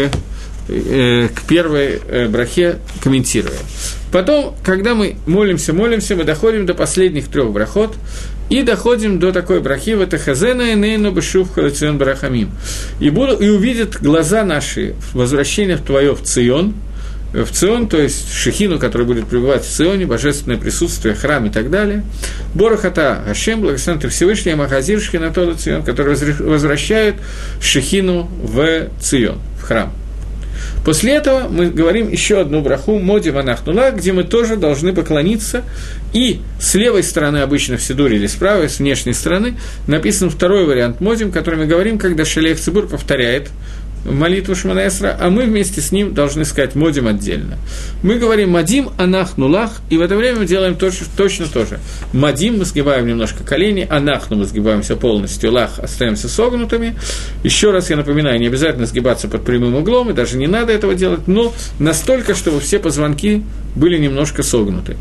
э, к первой э, брахе, комментируя. Потом, когда мы молимся, молимся, мы доходим до последних трех брахот, и доходим до такой брахи «Ватахазена энейну бешув халацион барахамим». И, буду, и увидят глаза наши возвращение в Твое в Цион, в Цион, то есть Шехину, который будет пребывать в Ционе, божественное присутствие, храм и так далее. Борохата Ашем, благословен ты Всевышний, Махазир Шхинатода Цион, который возвращает Шехину в Цион, в храм. После этого мы говорим еще одну браху «Моди Ванахнула», где мы тоже должны поклониться, и с левой стороны обычно в Сидуре или с правой, с внешней стороны, написан второй вариант «Модим», который мы говорим, когда Шалех Цибур повторяет молитву Шмона Эсра, а мы вместе с ним должны сказать «Модим» отдельно. Мы говорим «Мадим анах нулах», и в это время мы делаем точно, точно то же. «Мадим» мы сгибаем немножко колени, «анахну» мы сгибаемся полностью, «лах» остаемся согнутыми. Еще раз я напоминаю, не обязательно сгибаться под прямым углом, и даже не надо этого делать, но настолько, чтобы все позвонки были немножко согнуты.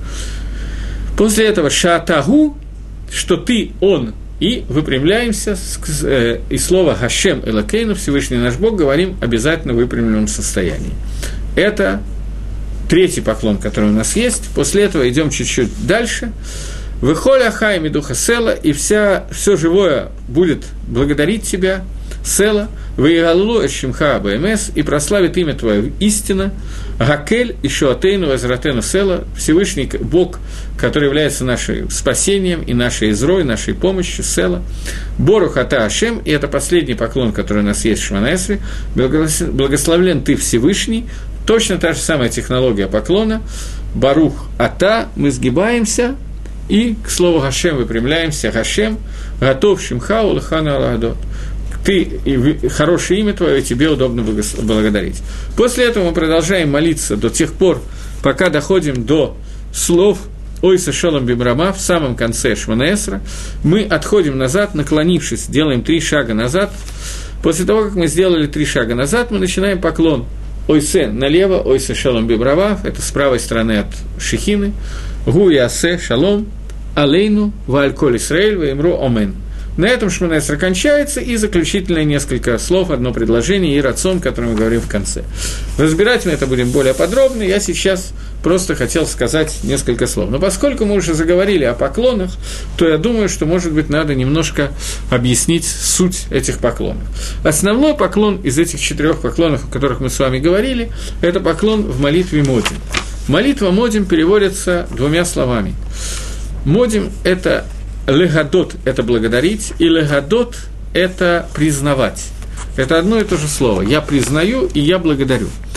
После этого «шаатагу», что ты, он, и выпрямляемся, и слово «Гашем Элокейну», Всевышний наш Бог, говорим обязательно в выпрямленном состоянии. Это третий поклон, который у нас есть. После этого идем чуть-чуть дальше. «Выхоля хай медуха села», и вся, все живое будет благодарить тебя, села, «Ваигаллу эшимха бмс», и прославит имя твое истина, «Гакель и шуатейну возратену села», Всевышний Бог, который является нашим спасением и нашей изрой, нашей помощью, села, «Борух ата Ашем», и это последний поклон, который у нас есть в Шмона Эсре, «Благословлен ты Всевышний», точно та же самая технология поклона, «Барух ата», мы сгибаемся, и к слову «Гашем» выпрямляемся, «Гашем», «Готов шимха улахана аладот». Ты, и хорошее имя твое, тебе удобно благодарить. После этого мы продолжаем молиться до тех пор, пока доходим до слов «Ойса шолом бимрама» в самом конце Шмона Эсра. Мы отходим назад, наклонившись, делаем три шага назад. После того, как мы сделали три шага назад, мы начинаем поклон «Ойсе» налево, «Ойса шолом бимрама», это с правой стороны от Шехины, «Гу ясе шалом, алейну, вааль коль Исраэль, ваимру омен». На этом Шмона Эсра кончается, и заключительные несколько слов, одно предложение и рацион, который мы говорим в конце. Разбирать мы это будем более подробно, я сейчас просто хотел сказать несколько слов. Но поскольку мы уже заговорили о поклонах, то я думаю, что, может быть, надо немножко объяснить суть этих поклонов. Основной поклон из этих четырех поклонов, о которых мы с вами говорили, это поклон в молитве Модим. Молитва Модим переводится двумя словами. Модим – это легадот – это благодарить, и легадот – это признавать. Это одно и то же слово. Я признаю и я благодарю.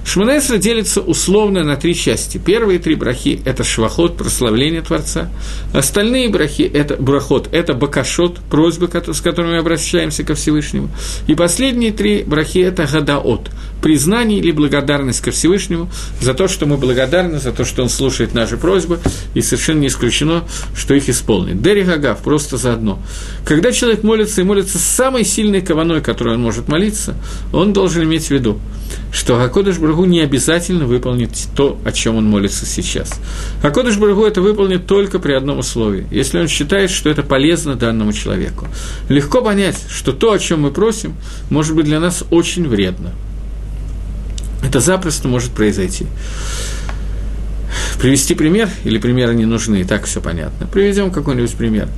Шмона Эсра делится условно на три части. Первые три брахи – это швахот, прославление Творца. Остальные брахи – это брахот, это бакашот, просьбы, с которыми мы обращаемся ко Всевышнему. И последние три брахи – это гадаот, признание или благодарность ко Всевышнему за то, что мы благодарны, за то, что Он слушает наши просьбы, и совершенно не исключено, что их исполнит. Дери Гагав, просто заодно. Когда человек молится и молится с самой сильной каваной, которой он может молиться, он должен иметь в виду, что Акодыш Барух Ху не обязательно выполнит то, о чем он молится сейчас. Акодыш Барух Ху это выполнит только при одном условии, если он считает, что это полезно данному человеку. Легко понять, что то, о чем мы просим, может быть для нас очень вредно. Это запросто может произойти. Привести пример, или примеры не нужны, и так все понятно. Приведем какой-нибудь пример.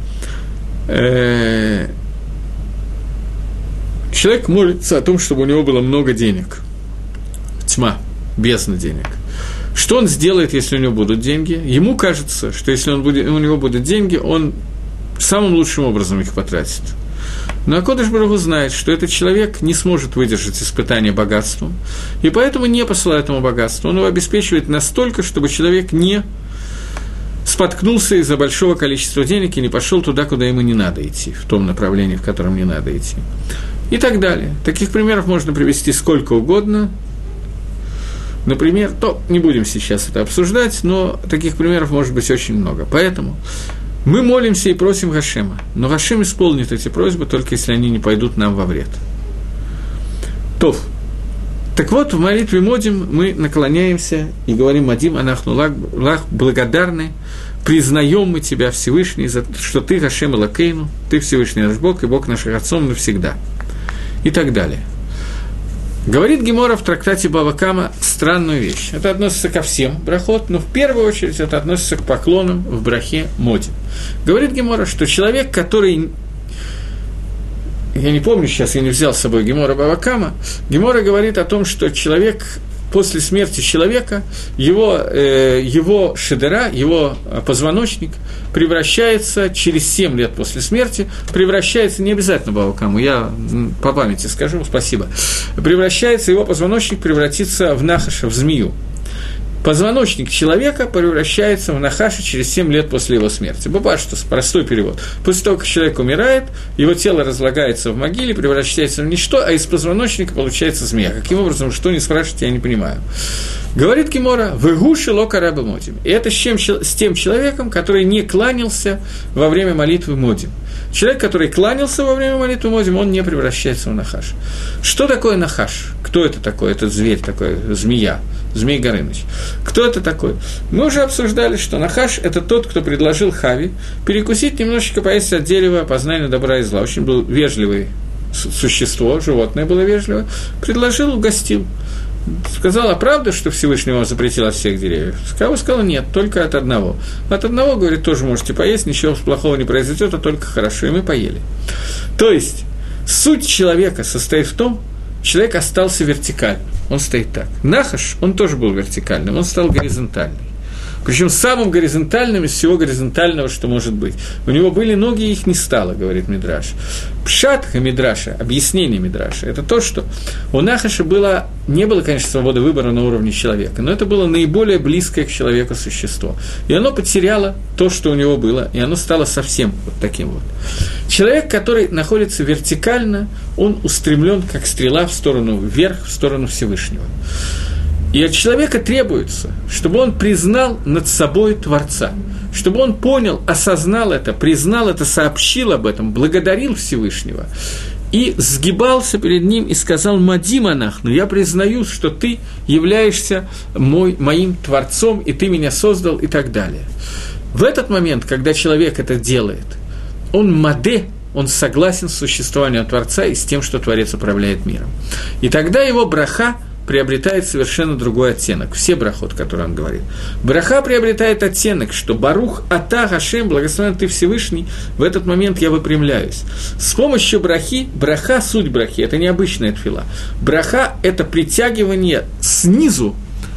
Человек молится о том, чтобы у него было много денег. Тьма, бездна денег. Что он сделает, если у него будут деньги? Ему кажется, что если он будет, у него будут деньги, он самым лучшим образом их потратит. Но Акодыш Барух Ху знает, что этот человек не сможет выдержать испытание богатством, и поэтому не посылает ему богатство. Он его обеспечивает настолько, чтобы человек не споткнулся из-за большого количества денег и не пошел туда, куда ему не надо идти, в том направлении, в котором не надо идти. И так далее. Таких примеров можно привести сколько угодно. Например, то не будем сейчас это обсуждать, но таких примеров может быть очень много. Поэтому мы молимся и просим Гашема, но Гашем исполнит эти просьбы, только если они не пойдут нам во вред. Тов. Так вот, в молитве Модим мы наклоняемся и говорим: «Мадим анахну лах, благодарны, признаем мы Тебя, Всевышний, за что Ты Гашем Элокейну, Ты Всевышний наш Бог и Бог наших отцов навсегда». И так далее. Говорит Гемора в трактате Бава Кама странную вещь. Это относится ко всем брахот, но в первую очередь это относится к поклонам в брахе Модим. Говорит Гемора, что человек, который... Я не помню сейчас, я не взял с собой Гемора Бава Кама. Гемора говорит о том, что человек... После смерти человека его, э, его шедера, его позвоночник превращается через семь лет после смерти, превращается, не обязательно Бавакаму, я по памяти скажу, спасибо, превращается, его позвоночник превратится в нахаша, в змею. Позвоночник человека превращается в нахаша через семь лет после его смерти. Бабаш, что простой перевод. После того, как человек умирает, его тело разлагается в могиле, превращается в ничто, а из позвоночника получается змея. Каким образом, что не спрашивать, я не понимаю. Говорит Гемора: «Вэгуши лока раба Модим». И это с, чем, с тем человеком, который не кланялся во время молитвы Модим. Человек, который кланялся во время молитвы Модим, он не превращается в нахаш. Что такое нахаш? Кто это такой? Этот зверь такой, змея, Змей Горыныч. Кто это такой? Мы уже обсуждали, что нахаш – это тот, кто предложил Хаве перекусить немножечко, поесть от дерева познания добра и зла. Очень был вежливый существо, животное было вежливое. Предложил, угостил. Сказала: правда, что Всевышний вам запретил от всех деревьев? Хава сказала: нет, только от одного. От одного, говорит, тоже можете поесть, ничего плохого не произойдет, а только хорошо. И мы поели. То есть, суть человека состоит в том, человек остался вертикальным. Он стоит так. Нахаш, он тоже был вертикальным, он стал горизонтальным. Причем самым горизонтальным из всего горизонтального, что может быть. У него были ноги, и их не стало, говорит Мидраш. Пшат Мидраша, объяснение Мидраша, это то, что у Нахаша было, не было, конечно, свободы выбора на уровне человека, но это было наиболее близкое к человеку существо. И оно потеряло то, что у него было, и оно стало совсем вот таким вот. Человек, который находится вертикально, он устремлен, как стрела, в сторону вверх, в сторону Всевышнего. И от человека требуется, чтобы он признал над собой Творца, чтобы он понял, осознал это, признал это, сообщил об этом, благодарил Всевышнего и сгибался перед ним и сказал: «Мадим анахну, я признаю, что ты являешься мой, моим Творцом, и ты меня создал», и так далее. В этот момент, когда человек это делает, он маде, он согласен с существованием Творца и с тем, что Творец управляет миром. И тогда его браха приобретает совершенно другой оттенок. Все брахот, которые он говорит. Браха приобретает оттенок, что Барух Ата Гашем, благословен Ты Всевышний, в этот момент я выпрямляюсь. С помощью брахи, браха, суть брахи, это необычная тфила. Браха – это притягивание снизу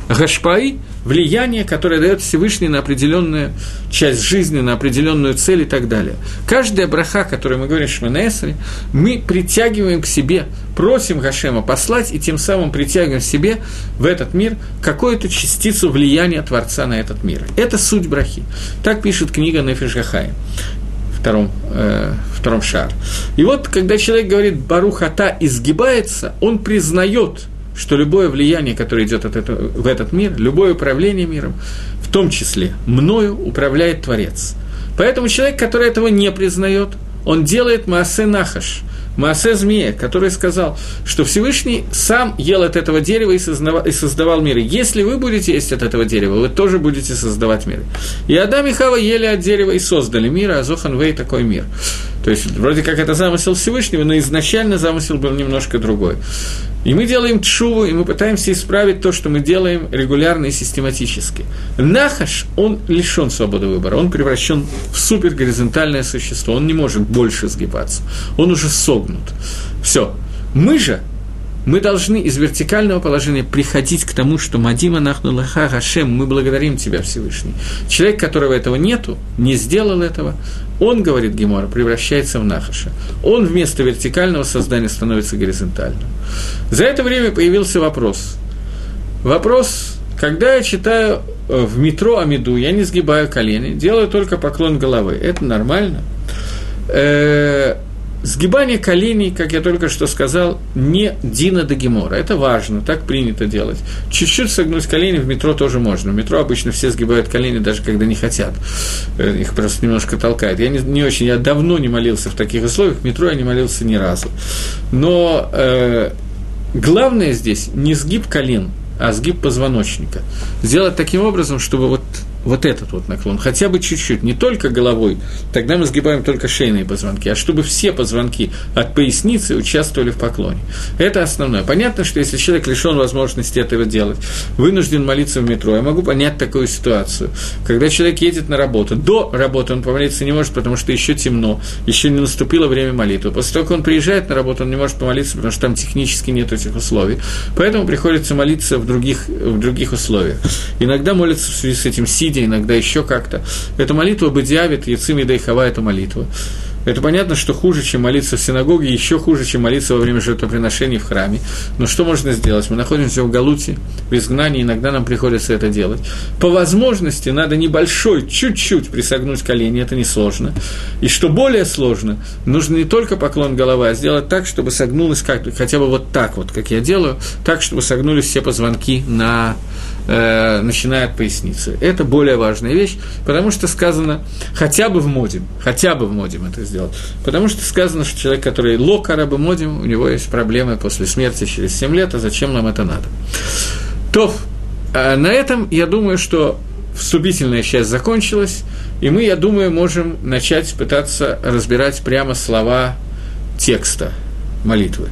гашпаи – влияние, которое дает Всевышний на определенную часть жизни, на определенную цель и так далее. Каждая браха, которую мы говорим в Шмона Эсре, мы притягиваем к себе, просим Гашема послать, и тем самым притягиваем к себе в этот мир какую-то частицу влияния Творца на этот мир. Это суть брахи. Так пишет книга Нефеш ха-Хаим. Втором, э, втором шар. И вот, когда человек говорит «Барух ата» изгибается, он признает, что любое влияние, которое идет от этого, в этот мир, любое управление миром, в том числе мною, управляет Творец. Поэтому человек, который этого не признает, он делает маасе нахаш, маасе змея, который сказал, что Всевышний сам ел от этого дерева и создавал, и создавал мир. Если вы будете есть от этого дерева, вы тоже будете создавать мир. И Адам и Хава ели от дерева и создали мир, а Зохан Вей такой мир. То есть, вроде как это замысел Всевышнего, но изначально замысел был немножко другой. И мы делаем тшуву, и мы пытаемся исправить то, что мы делаем регулярно и систематически. Нахаш, он лишен свободы выбора, он превращен в супергоризонтальное существо, он не может больше сгибаться, он уже согнут. Все. Мы же, мы должны из вертикального положения приходить к тому, что «Мадима нахну лаха Гашем», мы благодарим Тебя, Всевышний. Человек, которого этого нету, не сделал этого, он, говорит Гемора, превращается в нахаша. Он вместо вертикального создания становится горизонтальным. За это время появился вопрос. Вопрос, когда я читаю в метро Амиду, я не сгибаю колени, делаю только поклон головы. Это нормально? Э-э- Сгибание коленей, как я только что сказал, не дина де гемора. Это важно, так принято делать. Чуть-чуть согнуть колени в метро тоже можно. В метро обычно все сгибают колени, даже когда не хотят. Их просто немножко толкает. Я не, не очень, я давно не молился в таких условиях, в метро я не молился ни разу. Но э, главное здесь не сгиб колен, а сгиб позвоночника. Сделать таким образом, чтобы вот, вот этот вот наклон, хотя бы чуть-чуть, не только головой, тогда мы сгибаем только шейные позвонки, а чтобы все позвонки от поясницы участвовали в поклоне. Это основное. Понятно, что если человек лишен возможности этого делать, вынужден молиться в метро, я могу понять такую ситуацию. Когда человек едет на работу, до работы он помолиться не может, потому что еще темно, еще не наступило время молитвы. После того, как он приезжает на работу, он не может помолиться, потому что там технически нет этих условий. Поэтому приходится молиться в других, в других условиях. Иногда молятся в связи с этим сидя, иногда еще как-то. Эта молитва бадиавит, яцим и дайхава, это молитва. Это понятно, что хуже, чем молиться в синагоге, еще хуже, чем молиться во время жертвоприношений в храме. Но что можно сделать? Мы находимся в галуте, в изгнании, иногда нам приходится это делать. По возможности надо небольшой, чуть-чуть присогнуть колени, это несложно. И что более сложно, нужно не только поклон головы, а сделать так, чтобы согнулось как, хотя бы вот так вот, как я делаю, так, чтобы согнулись все позвонки на... начиная от поясницы. Это более важная вещь, потому что сказано хотя бы в модим, хотя бы в модим это сделать. Потому что сказано, что человек, который лок араба модим, у него есть проблемы после смерти через семь лет, а зачем нам это надо? То, на этом, я думаю, что вступительная часть закончилась, и мы, я думаю, можем начать пытаться разбирать прямо слова текста молитвы.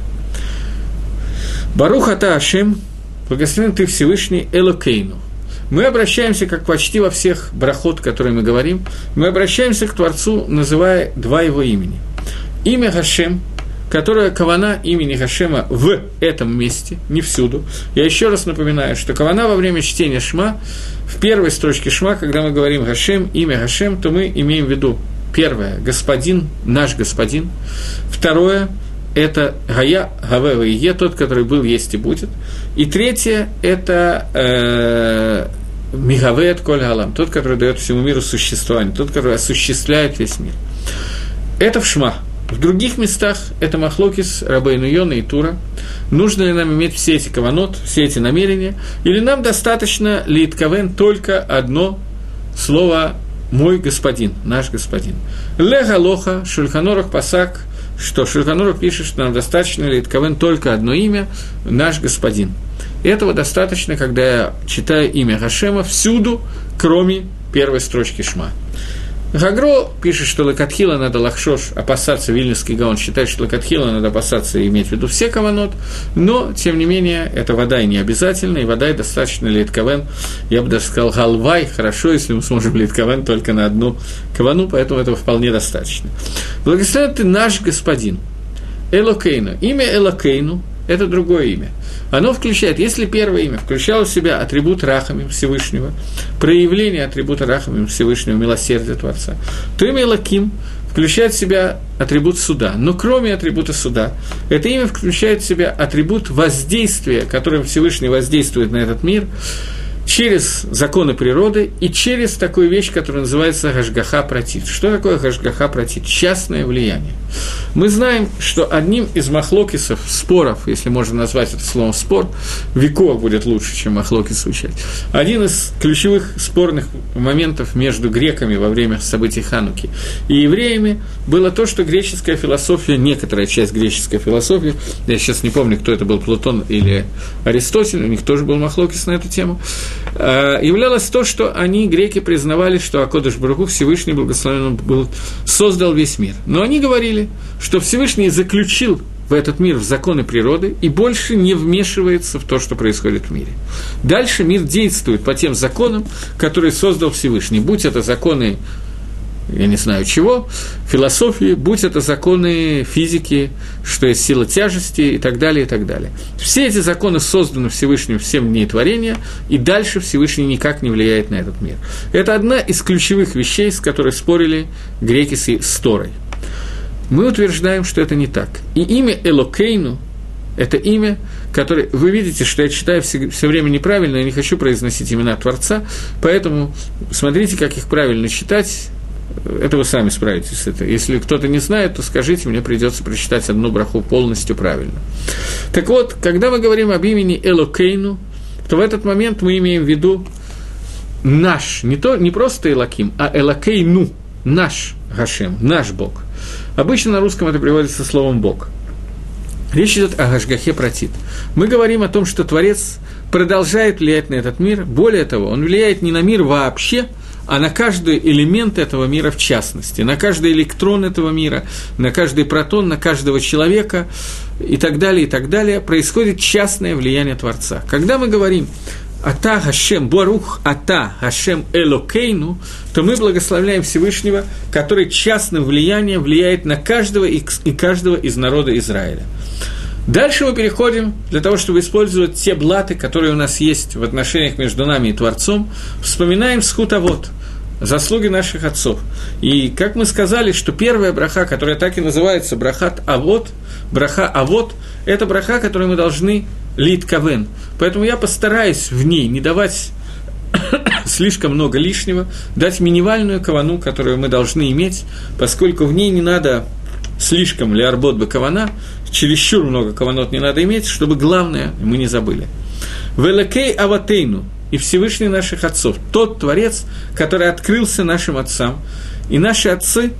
Барух ата Ашем, благословен Ты Всевышний Элокейну. Мы обращаемся, как почти во всех брахот, которые мы говорим, мы обращаемся к Творцу, называя два его имени. Имя Гашем, которое кавана имени Гашема в этом месте, не всюду. Я еще раз напоминаю, что кавана во время чтения Шма, в первой строчке Шма, когда мы говорим Гашем, имя Гашем, то мы имеем в виду, первое, Господин, наш Господин, второе, это Гая, Гавева и Е, тот, который был, есть и будет. И третье – это э, Мигавеет Коль Галам, тот, который дает всему миру существование, тот, который осуществляет весь мир. Это в Шма. В других местах это Махлокис, Рабейну Йона и Тура. Нужно ли нам иметь все эти каванот, все эти намерения, или нам достаточно литкавен только одно слово «мой господин», «наш господин». Лега лоха, Шульханорах пасак, что Шульхан Арух пишет, что нам достаточно литкавен только одно имя – наш господин. Этого достаточно, когда я читаю имя Гашема всюду, кроме первой строчки Шма. Гагро пишет, что лакатхила надо лахшош, опасаться, Вильнюсский Гаон считает, что лакатхила надо опасаться и иметь в виду все каванот, но, тем не менее, это вода и не обязательно, и вода и достаточно литкавен, я бы даже сказал, галвай, хорошо, если мы сможем литкавен только на одну кавану, поэтому этого вполне достаточно. Благословен Ты наш Господин, Элокейну. Имя Элокейну – это другое имя. Оно включает, если первое имя включало в себя атрибут Рахамим Всевышнего, проявление атрибута Рахамим Всевышнего, милосердия Творца, то имя Элоким включает в себя атрибут суда. Но кроме атрибута суда, это имя включает в себя атрибут воздействия, которым Всевышний воздействует на этот мир, через законы природы и через такую вещь, которая называется Гашгаха Пратит. Что такое Гашгаха Пратит? Частное влияние. Мы знаем, что одним из махлокисов, споров, если можно назвать это словом спор, веков будет лучше, чем махлокис звучать, один из ключевых спорных моментов между греками во время событий Хануки и евреями было то, что греческая философия, некоторая часть греческой философии, я сейчас не помню, кто это был, Платон или Аристотель, у них тоже был махлокис на эту тему, являлось то, что они, греки, признавали, что Акодыш Барух Ху, Всевышний благословен был, создал весь мир. Но они говорили, что Всевышний заключил в этот мир в законы природы и больше не вмешивается в то, что происходит в мире. Дальше мир действует по тем законам, которые создал Всевышний, будь это законы, я не знаю чего, философии, будь это законы физики, что есть сила тяжести и так далее, и так далее. Все эти законы созданы Всевышним в семь дней творения, и дальше Всевышний никак не влияет на этот мир. Это одна из ключевых вещей, с которой спорили греки с Торой. Мы утверждаем, что это не так. И имя Элокейну – это имя, которое… Вы видите, что я читаю все, все время неправильно, я не хочу произносить имена Творца, поэтому смотрите, как их правильно читать. Это вы сами справитесь с этим. Если кто-то не знает, то скажите, мне придется прочитать одну браху полностью правильно. Так вот, когда мы говорим об имени Элокейну, то в этот момент мы имеем в виду наш, не, то, не просто Элоким, а Элокейну, наш Гашем, наш Бог. Обычно на русском это приводится словом «Бог». Речь идет о Гашгахе Пратит. Мы говорим о том, что Творец продолжает влиять на этот мир. Более того, он влияет не на мир вообще, а на каждый элемент этого мира в частности, на каждый электрон этого мира, на каждый протон, на каждого человека и так далее, и так далее, происходит частное влияние Творца. Когда мы говорим «Ата Гашем Барух Ата Гашем Элокейну», то мы благословляем Всевышнего, который частным влиянием влияет на каждого и каждого из народа Израиля. Дальше мы переходим, для того, чтобы использовать те блаты, которые у нас есть в отношениях между нами и Творцом, вспоминаем схут авот, заслуги наших отцов. И, как мы сказали, что первая браха, которая так и называется брахат авот, браха авот, это браха, которую мы должны лит кавен. Поэтому я постараюсь в ней не давать слишком много лишнего, дать минимальную кавану, которую мы должны иметь, поскольку в ней не надо слишком леарбот бы кавана, чересчур много каванот не надо иметь, чтобы главное мы не забыли. «Велекей аватейну» и Всевышний наших отцов, тот Творец, который открылся нашим отцам, и наши отцы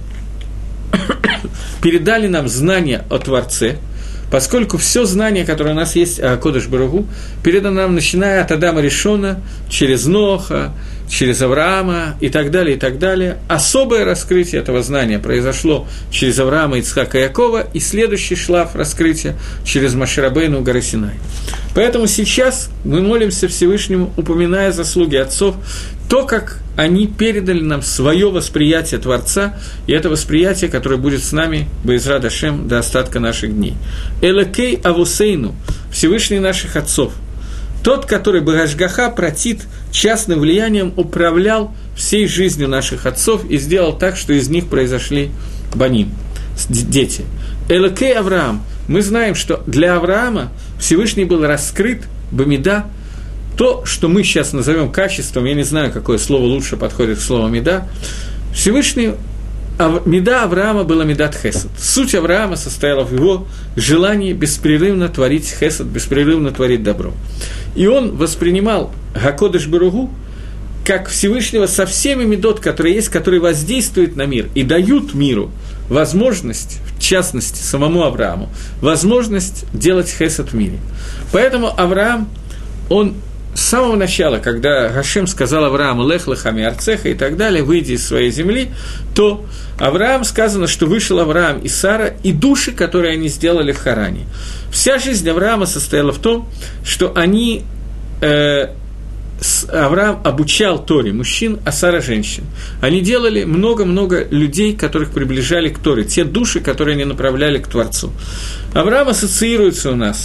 передали нам знания о Творце, поскольку все знание, которое у нас есть о Акодыш Барух Ху, передано нам, начиная от Адама Ришона, через Ноха, через Авраама и так далее, и так далее. Особое раскрытие этого знания произошло через Авраама, Ицхака и Якова, и следующий шлаф раскрытия через Моше Рабейну у горы Синай. Поэтому сейчас мы молимся Всевышнему, упоминая заслуги отцов, то, как они передали нам свое восприятие Творца, и это восприятие, которое будет с нами, Бе'эзрат Ашем, до остатка наших дней. Элокей Авусейну, Всевышний наших отцов, тот, который Б'Гашгаха Пратит частным влиянием управлял всей жизнью наших отцов и сделал так, что из них произошли баним, дети. Элокей Авраам, мы знаем, что для Авраама Всевышний был раскрыт бамида, то, что мы сейчас назовем качеством, я не знаю, какое слово лучше подходит к слову «меда», Всевышний, меда Авраама была медат хесед. Суть Авраама состояла в его желании беспрерывно творить хесед, беспрерывно творить добро. И он воспринимал Акодыш Барух Ху как Всевышнего со всеми медот, которые есть, которые воздействуют на мир и дают миру возможность, в частности, самому Аврааму, возможность делать хесед в мире. Поэтому Авраам, он с самого начала, когда Гашем сказал Аврааму «Лех лехами арцеха» и так далее, «выйди из своей земли», то Авраам сказано, что вышел Авраам и Сара, и души, которые они сделали в Харане. Вся жизнь Авраама состояла в том, что они, э, Авраам обучал Торе мужчин, а Сара женщин. Они делали много-много людей, которых приближали к Торе, те души, которые они направляли к Творцу. Авраам ассоциируется у нас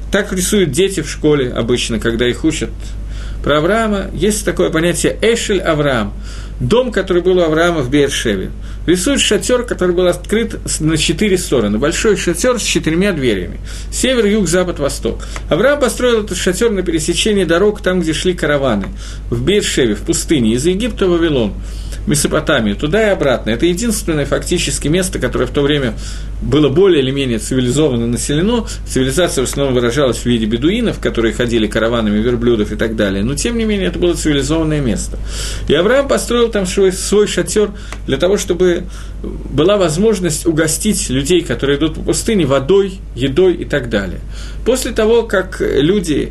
так рисуют дети в школе обычно, когда их учат про Авраама. Есть такое понятие «Эшель Авраам», дом, который был у Авраама в Беэр-Шеве. Рисует шатер, который был открыт на четыре стороны. Большой шатер с четырьмя дверями. Север, юг, запад, восток. Авраам построил этот шатер на пересечении дорог, там, где шли караваны. В Беэр-Шеве, в пустыне, из Египта в Вавилон, Месопотамию, туда и обратно. Это единственное фактически место, которое в то время было более или менее цивилизованно населено. Цивилизация в основном выражалась в виде бедуинов, которые ходили караванами, верблюдов и так далее. Но, тем не менее, это было цивилизованное место. И Авраам построил там свой, свой шатер для того, чтобы была возможность угостить людей, которые идут по пустыне, водой, едой и так далее. После того, как люди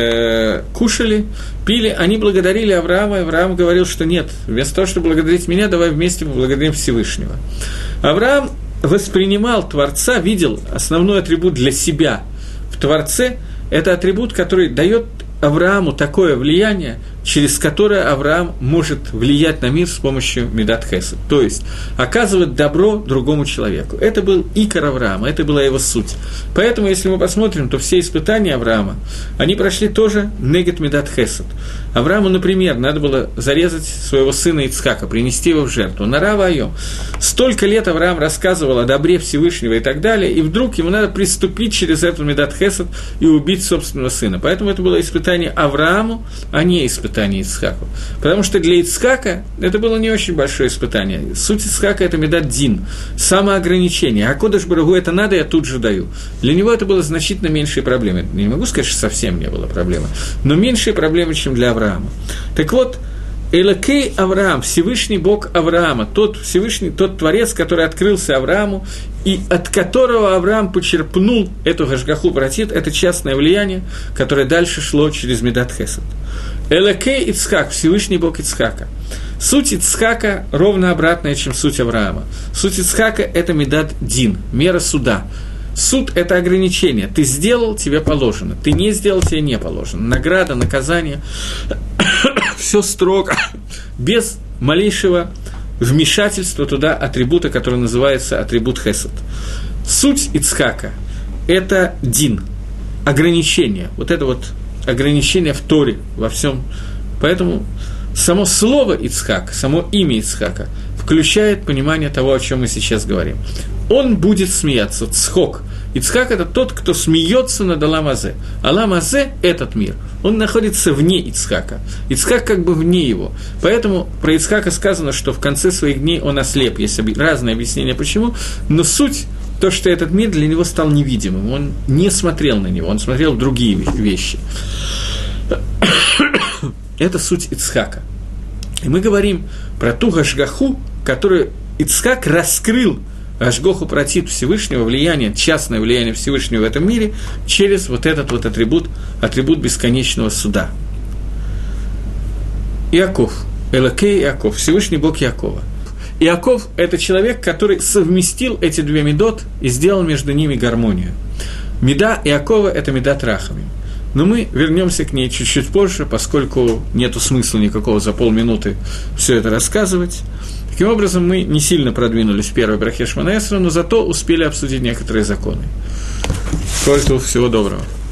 э, кушали, пили, они благодарили Авраама, и Авраам говорил, что нет, вместо того, чтобы благодарить меня, давай вместе поблагодарим Всевышнего. Авраам воспринимал Творца, видел основной атрибут для себя в Творце, это атрибут, который дает Аврааму такое влияние, через которое Авраам может влиять на мир с помощью Мидат Хесед, то есть оказывать добро другому человеку. Это был икор Авраама, это была его суть. Поэтому, если мы посмотрим, то все испытания Авраама, они прошли тоже негет Мидат Хесед. Аврааму, например, надо было зарезать своего сына Ицхака, принести его в жертву. Нара вайом. Столько лет Авраам рассказывал о добре Всевышнего и так далее, и вдруг ему надо приступить через эту Мидат Хесед и убить собственного сына. Поэтому это было испытание Аврааму, а не испытание Ицхаку. Потому что для Ицхака это было не очень большое испытание. Суть Ицхака – это Мидат Дин, самоограничение. А Кодеш Баругу это надо, я тут же даю. Для него это было значительно меньшие проблемы. Не могу сказать, что совсем не было проблемы, но меньшие проблемы, чем для Авраама. Так вот, Элокей Авраам, Всевышний Бог Авраама, тот Всевышний, тот Творец, который открылся Аврааму, и от которого Авраам почерпнул эту Гашгаху Пратит, это частное влияние, которое дальше шло через Мидат Хесед. Элокей Ицхак, Всевышний Бог Ицхака. Суть Ицхака ровно обратная, чем суть Авраама. Суть Ицхака – это Мидат Дин, мера суда. Суд – это ограничение. Ты сделал – тебе положено. Ты не сделал – тебе не положено. Награда, наказание – все строго, без малейшего вмешательства туда атрибута, который называется атрибут Хесед. Суть Ицхака – это дин, ограничение. Вот это вот ограничение в Торе, во всем. Поэтому само слово Ицхак, само имя Ицхака включает понимание того, о чем мы сейчас говорим. Он будет смеяться, цхок. Ицхак – это тот, кто смеется над Алам-Азе. Алам-Азе – этот мир. Он находится вне Ицхака. Ицхак как бы вне его. Поэтому про Ицхака сказано, что в конце своих дней он ослеп. Есть разные объяснения, почему. Но суть – то, что этот мир для него стал невидимым. Он не смотрел на него, он смотрел в другие вещи. Это суть Ицхака. И мы говорим про ту Гашгаху, которую Ицхак раскрыл, Ашгоху Пратит Всевышнего, влияние, частное влияние Всевышнего в этом мире, через вот этот вот атрибут, атрибут бесконечного суда. Иаков, Элокей Иаков, Всевышний Бог Иакова. Иаков – это человек, который совместил эти две медот и сделал между ними гармонию. Меда Иакова – это медат рахамим. Но мы вернемся к ней чуть-чуть позже, поскольку нету смысла никакого за полминуты все это рассказывать. Таким образом, мы не сильно продвинулись в первой брахе Шмона Эсра, но зато успели обсудить некоторые законы. Всего доброго.